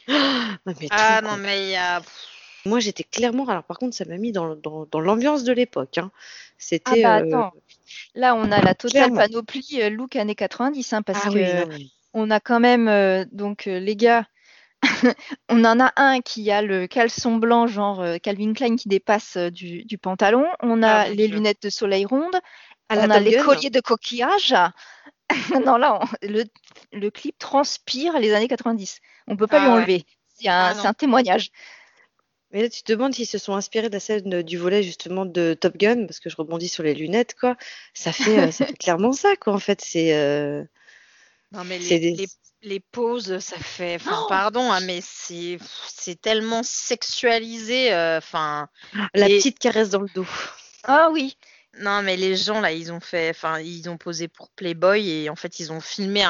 Non, mais il y a. Moi, j'étais clairement. Alors, par contre, ça m'a mis dans l'ambiance de l'époque. Hein. C'était. Ah, bah attends. Là, on a la totale panoplie look années 90, hein, parce que on a quand même donc les gars. On en a un qui a le caleçon blanc, genre Calvin Klein, qui dépasse du pantalon. On a les lunettes de soleil rondes. On a les colliers de coquillage. Non, là, le clip transpire les années 90. On ne peut pas lui enlever. C'est un témoignage. Mais là, tu te demandes s'ils se sont inspirés de la scène du volet, justement, de Top Gun, parce que je rebondis sur les lunettes, quoi. Ça fait clairement ça, quoi, en fait. C'est. Non, mais les poses, ça fait. Enfin, pardon, hein, mais c'est tellement sexualisé. La petite caresse dans le dos. Ah oui. Non, mais les gens, là, ils ont posé pour Playboy et en fait, ils ont filmé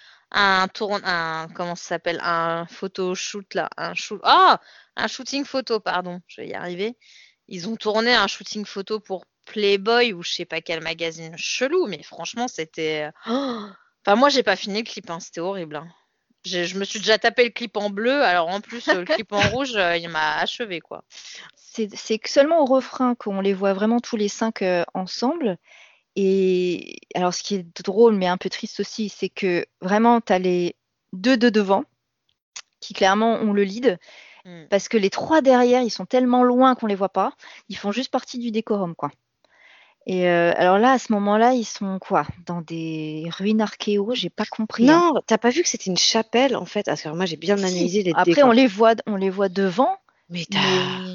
comment ça s'appelle, un photoshoot, là, un shooting photo, pardon, je vais y arriver. Ils ont tourné un shooting photo pour Playboy ou je sais pas quel magazine chelou, mais franchement, c'était. Enfin, moi, j'ai pas fini le clip, hein, c'était horrible. Hein. Je me suis déjà tapé le clip en bleu, alors en plus, le clip en rouge, il m'a achevé, quoi. C'est seulement au refrain qu'on les voit vraiment tous les 5 ensemble. Et alors, ce qui est drôle, mais un peu triste aussi, c'est que vraiment, tu as les deux de devant qui clairement ont le lead. Parce que les 3 derrière, ils sont tellement loin qu'on les voit pas. Ils font juste partie du décorum, quoi. Et alors là, à ce moment-là, ils sont quoi? Dans des ruines archéo? J'ai pas compris, hein. Non, t'as pas vu que c'était une chapelle en fait? Parce que moi j'ai bien Si, analysé les après décors. on les voit devant, Mais mais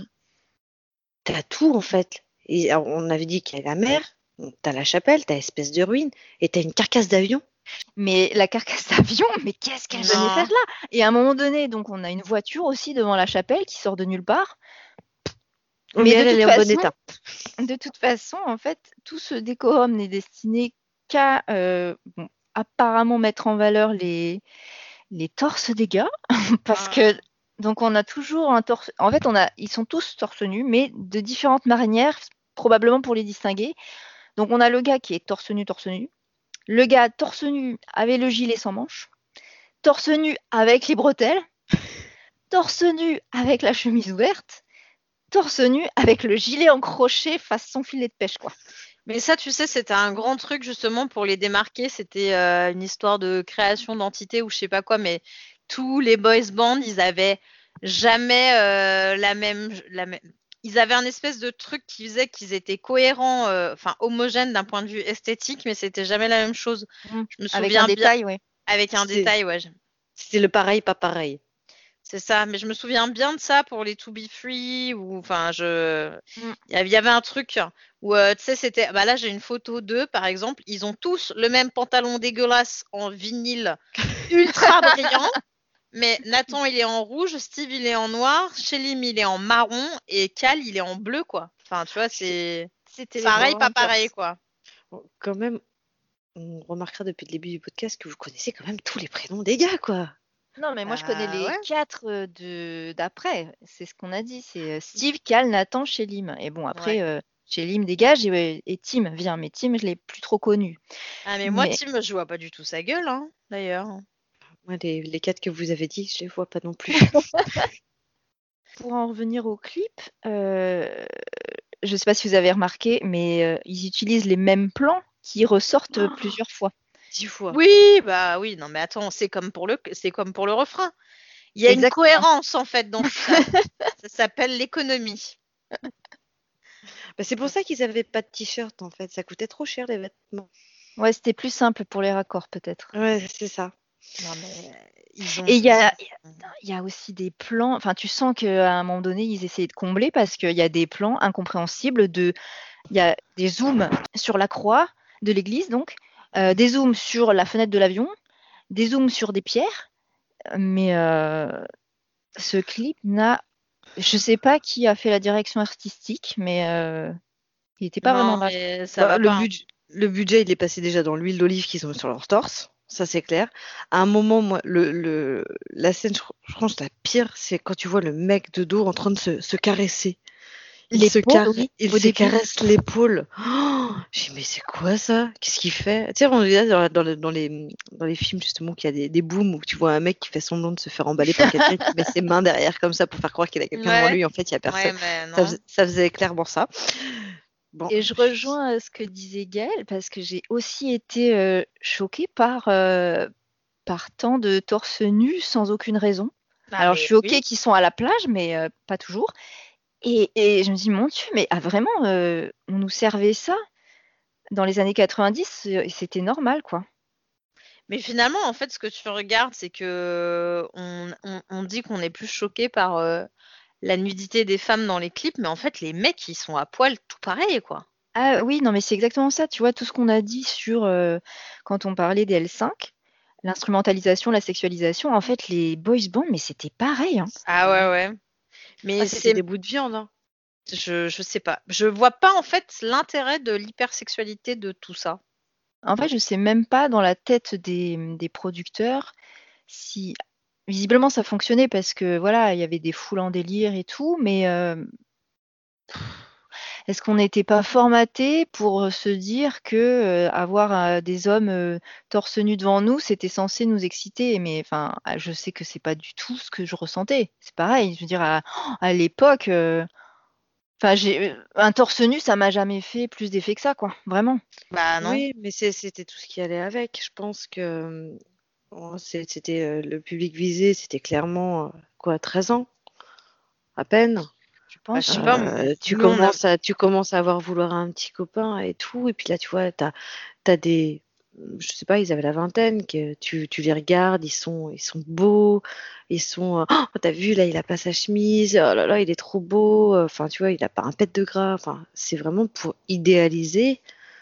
t'as tout en fait. Et alors, on avait dit qu'il y a la mer, t'as la chapelle, t'as espèce de ruine, et t'as une carcasse d'avion. la carcasse d'avion, mais qu'est-ce qu'elle venait Non. faire là? Et à un moment donné, donc on a une voiture aussi devant la chapelle qui sort de nulle part. Oh, Mais mais elle est en bon état. de toute façon, en fait, tout ce décorum n'est destiné qu'à bon, apparemment mettre en valeur les torses des gars, parce que donc on a toujours un torse. En fait, ils sont tous torse nu, mais de différentes manières, probablement pour les distinguer. Donc on a le gars qui est torse nu, le gars torse nu avec le gilet sans manches, torse nu avec les bretelles, torse nu avec la chemise ouverte, torse nu avec le gilet en crochet face son filet de pêche, quoi. Mais ça, tu sais, c'était un grand truc justement pour les démarquer. C'était une histoire de création d'entité ou je sais pas quoi, mais tous les boys bands, ils avaient jamais la même. Ils avaient un espèce de truc qui faisait qu'ils étaient cohérents, enfin homogènes d'un point de vue esthétique, mais c'était jamais la même chose. Je me Avec un souviens bien détail, ouais. avec un détail, ouais. C'était le pareil, pas pareil. C'est ça, mais je me souviens bien de ça pour les To Be Free ou enfin Mm. il y avait un truc où tu sais c'était bah là j'ai une photo d'eux par exemple, ils ont tous le même pantalon dégueulasse en vinyle ultra brillant, mais Nathan il est en rouge, Steve il est en noir, Shelim il est en marron et Cal il est en bleu quoi. Enfin tu vois c'est C'était les pareil Power pas Rangers. pareil quoi. Bon, quand même, on remarquera depuis le début du podcast que vous connaissez quand même tous les prénoms des gars, quoi. Non, mais moi je connais Bah les ouais. 4 d'après. C'est ce qu'on a dit. C'est Steve, Cal, Nathan, Shelim. Et bon, après, Ouais. Shelim dégage et Tim vient. Mais Tim, je l'ai plus trop connu. Ah mais moi Mais Tim je vois pas du tout sa gueule hein, d'ailleurs. Moi, les quatre que vous avez dit, je les vois pas non plus. pour en revenir au clip, je ne sais pas si vous avez remarqué, mais ils utilisent les mêmes plans qui ressortent plusieurs fois. 10 fois. Oui, bah oui, non mais attends, c'est comme pour le refrain. Il y a une Exactement. cohérence en fait dans tout ça. Ça s'appelle l'économie. Bah, c'est pour ça qu'ils avaient pas de t-shirt en fait. Ça coûtait trop cher les vêtements. Ouais, c'était plus simple pour les raccords peut-être. Ouais, c'est ça. Non mais ils ont. Et il y a aussi des plans, enfin tu sens qu'à un moment donné, ils essayaient de combler parce qu'il y a des plans incompréhensibles il y a des zooms sur la croix de l'église donc, des zooms sur la fenêtre de l'avion, des zooms sur des pierres, mais ce clip je sais pas qui a fait la direction artistique, mais il n'était pas Non vraiment mal. mais ça Bah, va pas. Hein. le budget, il est passé déjà dans l'huile d'olive qu'ils ont sur leur torse. Ça, c'est clair. À un moment, moi, la scène, je pense, la pire, c'est quand tu vois le mec de dos en train de se caresser. L'épaule, oui, Il au se début. caresse l'épaule. Oh, j'ai dit, mais c'est quoi ça? Qu'est-ce qu'il fait? Tu sais, on est là dans les films, justement, qu'il y a des booms où tu vois un mec qui fait semblant de se faire emballer par quelqu'un qui met ses mains derrière comme ça pour faire croire qu'il a quelqu'un devant Ouais. lui. En fait, il n'y a Ouais, personne. mais non. Ça faisait clairement ça. Bon, Et je rejoins ce que disait Gaëlle parce que j'ai aussi été choquée par tant de torse nu sans aucune raison. Ah, Alors je mais suis ok oui. qu'ils sont à la plage, mais pas toujours. Et je me dis, mon Dieu, mais vraiment, on nous servait ça dans les années 90, et c'était normal, quoi. Mais finalement, en fait, ce que tu regardes, c'est que on dit qu'on est plus choqué par la nudité des femmes dans les clips, mais en fait, les mecs, ils sont à poil tout pareil, quoi. Ah oui, non, mais c'est exactement ça. Tu vois, tout ce qu'on a dit sur quand on parlait des L5, l'instrumentalisation, la sexualisation, en fait, les boys bands, mais c'était pareil, hein. Ah ouais, ouais. Mais ah, c'était des bouts de viande, hein. je sais pas. Je vois pas en fait l'intérêt de l'hypersexualité de tout ça. En fait, je sais même pas dans la tête des producteurs si visiblement ça fonctionnait parce que voilà, il y avait des foules en délire et tout, mais est-ce qu'on n'était pas formaté pour se dire que avoir des hommes torse nu devant nous, c'était censé nous exciter? Mais enfin, je sais que c'est pas du tout ce que je ressentais. C'est pareil, je veux dire à l'époque, enfin un torse nu, ça m'a jamais fait plus d'effet que ça, quoi, vraiment. Bah non. Oui, mais c'était tout ce qui allait avec. Je pense que c'était le public visé, c'était clairement quoi, 13 ans. à peine. Je Bah, je pense. sais pas, Tu nous, on a... commences à avoir vouloir un petit copain et tout. Et puis là, tu vois, t'as des, je sais pas, ils avaient la vingtaine, que tu les regardes, ils sont beaux, oh, t'as vu, là, il a pas sa chemise, oh là là, il est trop beau. Enfin, tu vois, il a pas un pet de gras. Enfin, c'est vraiment pour idéaliser.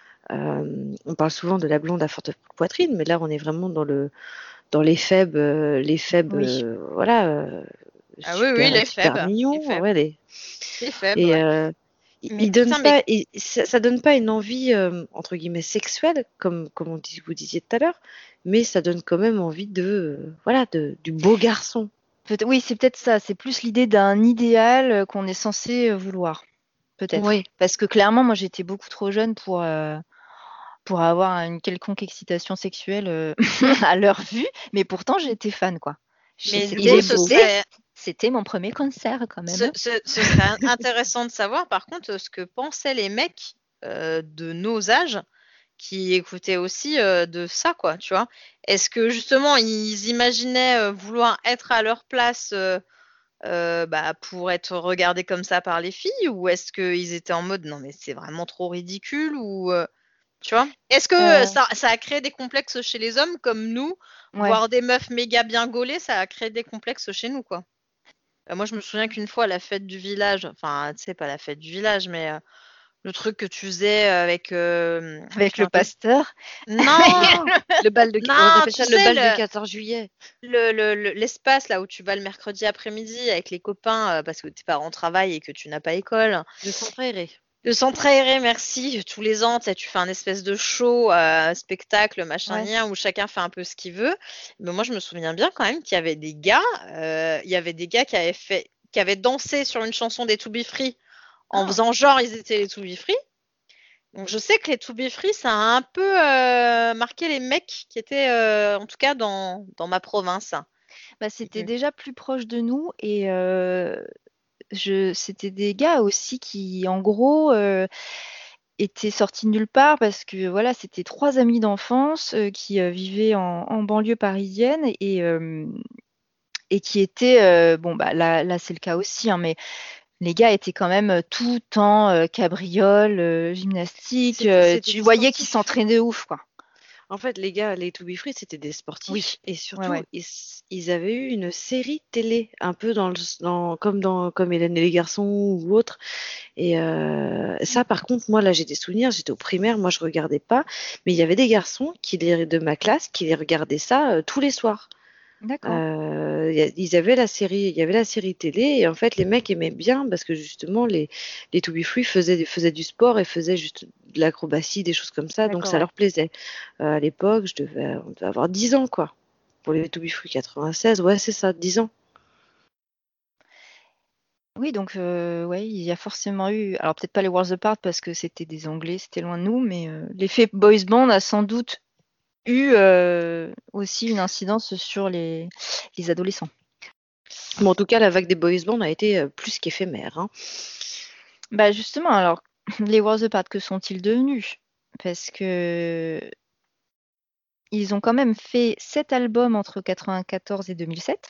On parle souvent de la blonde à forte poitrine, mais là, on est vraiment dans les faibles, Oui. voilà, Ah oui, oui, les super faibles. Les mignons, faibles. ouais, Les faibles, et ouais. Mais il donne putain, mais pas, ça donne pas une envie entre guillemets sexuelle, comme vous disiez tout à l'heure, mais ça donne quand même envie voilà, du beau garçon. Oui, c'est peut-être ça. C'est plus l'idée d'un idéal qu'on est censé vouloir. Peut-être. Oui, Parce que clairement, moi, j'étais beaucoup trop jeune pour avoir une quelconque excitation sexuelle à leur vue. Mais pourtant, j'étais fan, quoi. Mais du coup, C'était mon premier concert, quand même. ce serait intéressant de savoir, par contre, ce que pensaient les mecs de nos âges qui écoutaient aussi de ça, quoi, tu vois. Est-ce que justement, ils imaginaient vouloir être à leur place bah, pour être regardés comme ça par les filles, ou est-ce qu'ils étaient en mode non, mais c'est vraiment trop ridicule, ou tu vois? Est-ce que Euh, ça a créé des complexes chez les hommes comme nous, ouais. voir des meufs méga bien gaulées, ça a créé des complexes chez nous, quoi? Moi, je me souviens qu'une fois, à la fête du village, enfin, tu sais, pas la fête du village, mais le truc que tu faisais avec. Avec le Putain, pasteur. non, on non, appelle tu ça le sais, bal du 14 juillet. l'espace là où tu vas le mercredi après-midi avec les copains parce que tes parents travaillent et que tu n'as pas école. Le centre aéré. Le centre aéré, merci. Tous les ans, tu fais un espèce de show, spectacle, machin, Ouais. où chacun fait un peu ce qu'il veut. Mais moi, je me souviens bien quand même qu'il y avait des gars, il y avait des gars qui avaient dansé sur une chanson des To Be Free en Ah, faisant genre ils étaient les To Be Free. Donc je sais que les To Be Free, ça a un peu marqué les mecs qui étaient, en tout cas, dans ma province. bah, c'était Mm. déjà plus proche de nous et c'était des gars aussi qui, en gros, étaient sortis de nulle part parce que voilà, c'était trois amis d'enfance qui vivaient en banlieue parisienne et qui étaient, bon, bah, là c'est le cas aussi, hein, mais les gars étaient quand même tout le temps cabriole, gymnastique. C'était Tu des voyais qu'ils sportifs. s'entraînaient ouf, quoi. En fait, les gars, les To Be Free, c'était des Oui, sportifs et ouais, surtout, ouais. ils avaient eu une série télé, un peu comme Hélène et les garçons ou autre. Et ça, par contre, moi, là, j'ai des souvenirs, j'étais au primaire, moi, je regardais pas, mais il y avait des garçons de ma classe qui les regardaient ça tous les soirs. D'accord. Ils avaient la série, il y avait la série télé et en fait les mecs aimaient bien parce que justement les To Be Free faisaient du sport et faisaient juste de l'acrobatie, des choses comme ça, donc D'accord, ça ouais. leur plaisait. À l'époque, on devait avoir 10 ans quoi. Pour les To Be Free 96, ouais c'est ça, 10 ans. Oui, donc ouais, il y a forcément eu, alors peut-être pas les Worlds Apart parce que c'était des Anglais, c'était loin de nous, mais l'effet boys band a sans doute eu aussi une incidence sur les adolescents. Bon, en tout cas, la vague des boys band a été plus qu'éphémère, hein. Bah justement, alors les Worlds Apart, que sont-ils devenus? Parce que ils ont quand même fait 7 albums entre 94 et 2007.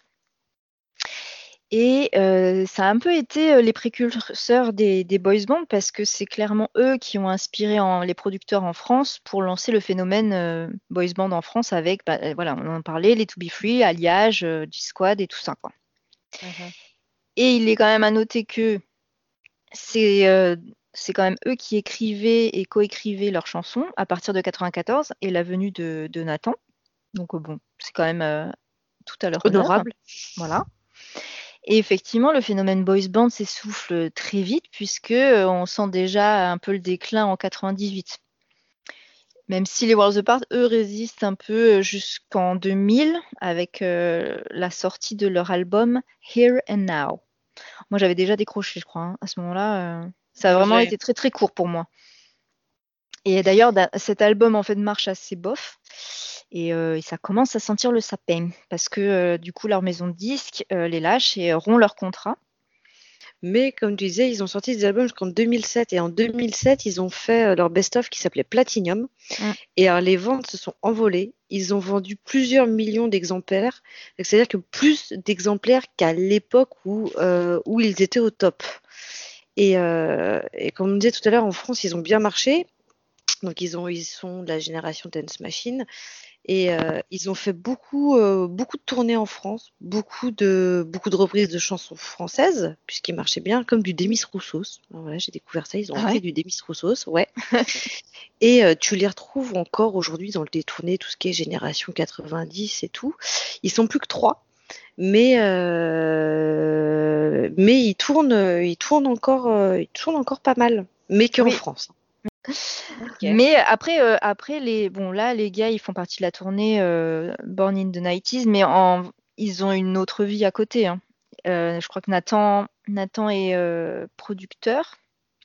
Et ça a un peu été les précurseurs des boys bands parce que c'est clairement eux qui ont inspiré les producteurs en France pour lancer le phénomène boys band en France avec, bah, voilà, on en parlait, les To Be Free, Alliage, G-Squad et tout ça, quoi. Mhm. Et il est quand même à noter que c'est euh, c'est quand même eux qui écrivaient et coécrivaient leurs chansons à partir de 94 et la venue de Nathan. Donc bon, c'est quand même tout à leur honneur. Honorable. Voilà. Et effectivement, le phénomène boys band s'essouffle très vite puisque on sent déjà un peu le déclin en 98. Même si les Worlds Apart, eux, résistent un peu jusqu'en 2000 avec la sortie de leur album Here and Now. Moi, j'avais déjà décroché, je crois, hein, à ce moment-là. Ça a Moi, vraiment été très très court pour moi. Et d'ailleurs, cet album en fait marche assez bof. Et ça commence à sentir le sapin parce que du coup, leur maison de disques les lâche et rompt leur contrat. Mais comme tu disais, ils ont sorti des albums jusqu'en 2007. Et en 2007, ils ont fait leur best-of qui s'appelait Platinum. Mm. Et alors, les ventes se sont envolées. Ils ont vendu plusieurs millions d'exemplaires. Donc, c'est-à-dire que plus d'exemplaires qu'à l'époque où ils étaient au top. Et comme on disait tout à l'heure, en France, ils ont bien marché. Donc, ils sont de la génération Dance Machine. Et ils ont fait beaucoup de tournées en France, beaucoup de reprises de chansons françaises, puisqu'ils marchaient bien, comme du Demis Roussos. Alors voilà, j'ai découvert ça, ils ont Ah repris ouais du Demis Roussos, ouais. Et tu les retrouves encore aujourd'hui dans des tournées, tout ce qui est génération 90 et tout. Ils sont plus que 3, mais ils tournent encore pas mal, mais qu'en Oui. France. Ok. Mais après les gars, ils font partie de la tournée Born in the 90s, mais ils ont une autre vie à côté, hein. Je crois que Nathan est producteur,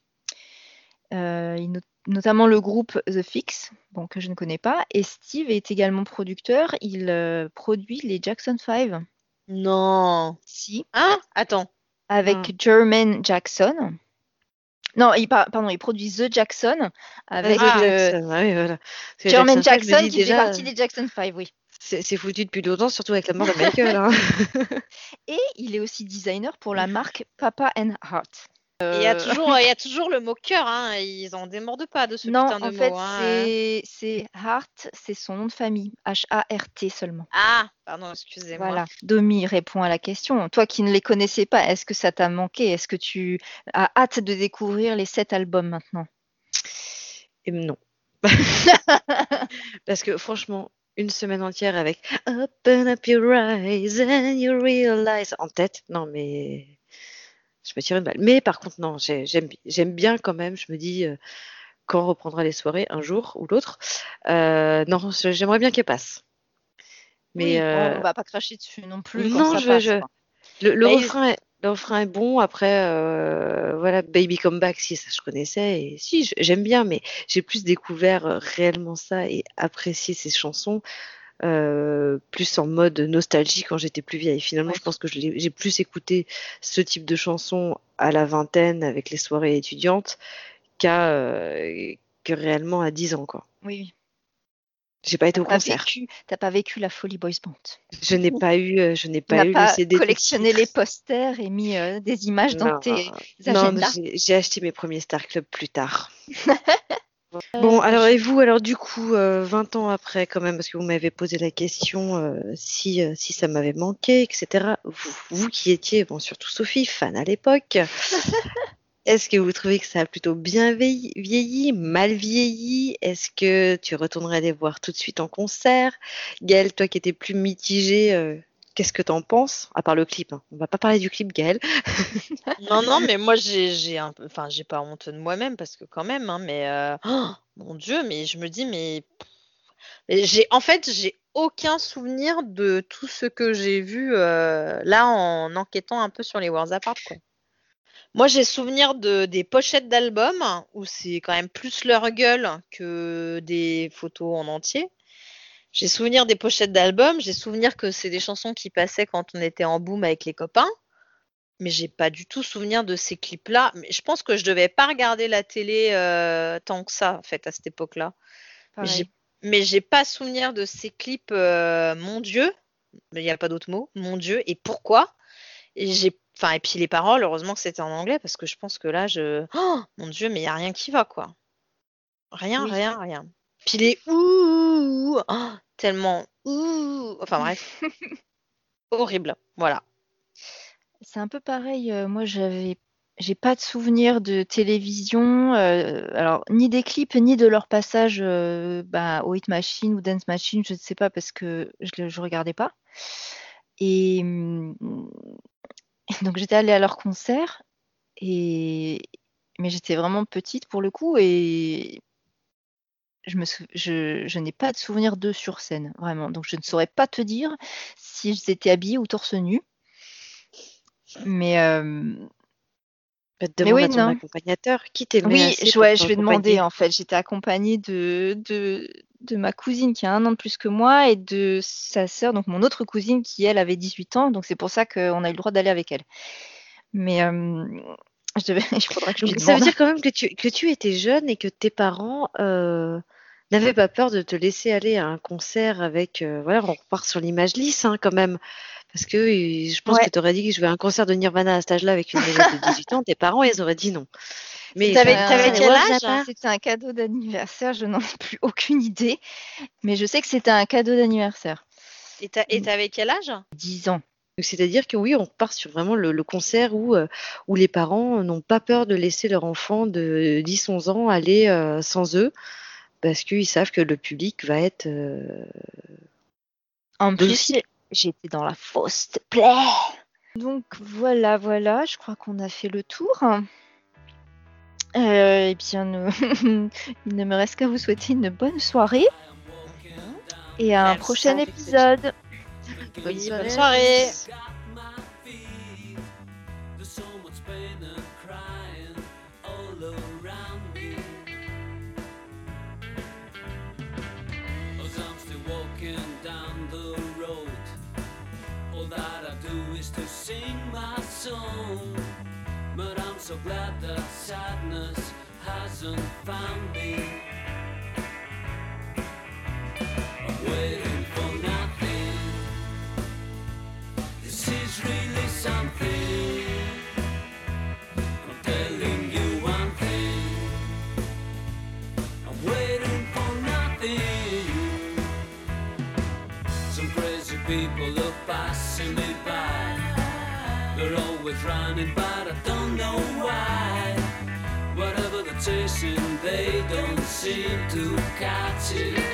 notamment le groupe The Fix, bon, que je ne connais pas, et Steve est également producteur. Il produit les Jackson 5, Non. si, Hein? Attends. avec Jermaine Jackson. Non, pardon, il produit The Jackson avec The Jackson, ah oui, voilà. Parce que Jermaine Jackson 5, je me Jackson dis qui faisait déjà, partie des Jackson 5, oui. c'est foutu depuis longtemps, surtout avec la mort de Michael. Hein. Et il est aussi designer pour la marque Papa and Heart. Et il y a toujours le mot cœur, hein. Ils en démordent pas de ce Non, putain de en fait, mot, hein. c'est Heart, c'est son nom de famille. H-A-R-T seulement. Ah, pardon, excusez-moi. Voilà. Domi répond à la question. Toi qui ne les connaissais pas, est-ce que ça t'a manqué? Est-ce que tu as hâte de découvrir les 7 albums maintenant? Et non. Parce que franchement, une semaine entière avec Open up your eyes and you realize en tête, non mais je me tire une balle. Mais par contre, non, j'aime bien quand même. Je me dis quand on reprendra les soirées un jour ou l'autre. Non, j'aimerais bien qu'elles passent. Mais Oui, on va pas cracher dessus non plus quand non, ça passe, quoi. le Bah, refrain est bon. Après, voilà, Baby Come Back, si ça je connaissais. Et si, j'aime bien, mais j'ai plus découvert réellement ça et apprécié ces chansons plus en mode nostalgie quand j'étais plus vieille. Finalement, Ouais. je pense que j'ai plus écouté ce type de chansons à la vingtaine avec les soirées étudiantes que réellement à 10 ans, quoi. Oui. J'ai pas été au concert. T'as pas vécu la Folie Boys Band. Je n'ai pas eu Tu n'as le pas CD des collectionné les titres. posters et mis des images dans Non, tes non, agendas. j'ai acheté mes premiers Star Club plus tard. Bon, alors et vous, alors du coup, 20 ans après quand même, parce que vous m'avez posé la question si ça m'avait manqué, etc. Vous qui étiez, bon, surtout Sophie, fan à l'époque, est-ce que vous trouvez que ça a plutôt bien vieilli, mal vieilli? Est-ce que tu retournerais les voir tout de suite en concert? Gaëlle, toi qui étais plus mitigée, qu'est-ce que t'en penses? À part le clip, hein. On va pas parler du clip, Gaëlle. Non, mais moi j'ai un peu, enfin j'ai pas honte de moi-même parce que quand même, hein, mais oh, mon Dieu, mais je me dis mais j'ai aucun souvenir de tout ce que j'ai vu là en enquêtant un peu sur les Worlds Apart, quoi. Moi j'ai souvenir des pochettes d'albums où c'est quand même plus leur gueule que des photos en entier. J'ai souvenir des pochettes d'albums, j'ai souvenir que c'est des chansons qui passaient quand on était en boom avec les copains. Mais j'ai pas du tout souvenir de ces clips-là. Mais je pense que je devais pas regarder la télé tant que ça, en fait, à cette époque-là. Mais Pareil. j'ai pas souvenir de ces clips, mon Dieu, mais il n'y a pas d'autre mot, mon Dieu, et pourquoi? Et puis les paroles, heureusement que c'était en anglais, parce que je pense que là, oh, mon Dieu, mais il n'y a rien qui va, quoi. Rien, Oui. rien, rien. Puis les ouh, oh, tellement ouh, enfin bref, horrible, voilà. C'est un peu pareil. Moi, j'ai pas de souvenir de télévision, alors ni des clips ni de leur passage au Hit Machine ou Dance Machine, je ne sais pas parce que je regardais pas. Et donc j'étais allée à leur concert mais j'étais vraiment petite pour le coup et je n'ai pas de souvenir d'eux sur scène, vraiment. Donc je ne saurais pas te dire si ils étaient habillés ou torse nu. Mais Demande oui, à ton non. accompagnateur qui t'aimait Oui, assez pour je vais demander t'accompagner. en fait. J'étais accompagnée de ma cousine qui a 1 an de plus que moi et de sa sœur, donc mon autre cousine qui elle avait 18 ans. Donc c'est pour ça qu'on a eu le droit d'aller avec elle. Mais il faudra que je lui Donc, ça veut demande. dire quand même que tu étais jeune et que tes parents n'avaient pas peur de te laisser aller à un concert avec. Voilà, on repart sur l'image lisse hein, quand même. Parce que je pense Ouais. que tu aurais dit que je vais à un concert de Nirvana à cet âge-là avec une ménage de 18 ans. Tes parents, ils auraient dit non. Mais T'avais un- quel âge C'était un cadeau d'anniversaire, je n'en ai plus aucune idée. Mais je sais que c'était un cadeau d'anniversaire. Et t'avais quel âge 10 ans. Donc, c'est-à-dire que oui, on repart sur vraiment le concert où les parents n'ont pas peur de laisser leur enfant de 10-11 ans aller sans eux parce qu'ils savent que le public va être En plus, docile. j'étais dans la fosse, s'il te plaît. Donc voilà, je crois qu'on a fait le tour. Eh bien, il ne me reste qu'à vous souhaiter une bonne soirée et à un Merci, prochain avec épisode. Oui, bonne soirée. There's so much pain and crying all around me. As I'm still walking down the road, all that I do is to sing my song. But I'm so glad that sadness hasn't found me. I'm waiting for nothing. This is really something. I'm telling you one thing. I'm waiting for nothing. Some crazy people are passing me by. They're always running, but I don't know why. Whatever they're chasing, they don't seem to catch it.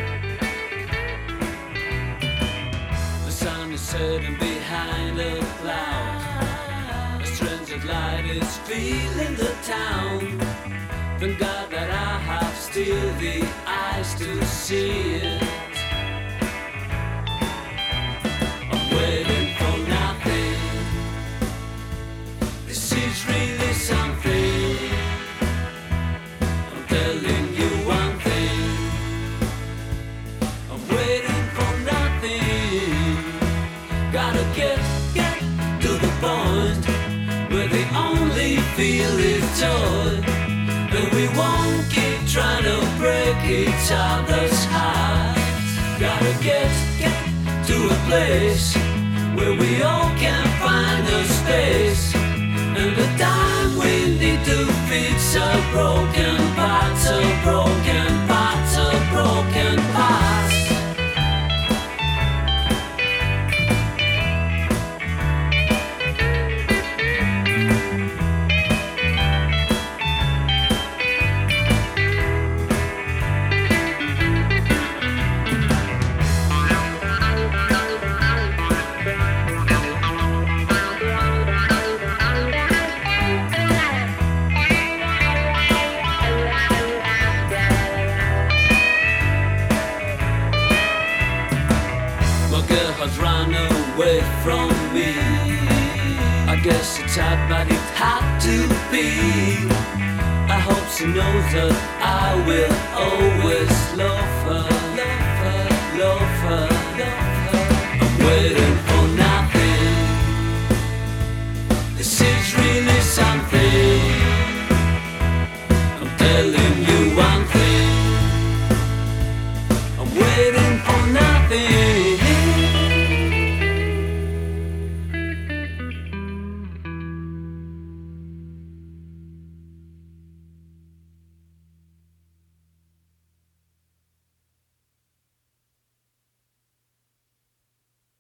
The sun is setting behind a cloud. A strange light is filling the town. Thank God that I have still the eyes to see it. I'm waiting for nothing. This is really something. I'm telling you one thing. I'm waiting for nothing. Gotta get to the point where the only feel is joy. And we won't keep trying to break each other's hearts. Gotta get to a place where we all can find a space. And the time we need to fix a broken parts, a broken parts, a broken parts. My girl has run away from me. I guess it's hard, but it had to be. I hope she knows that I will always love her.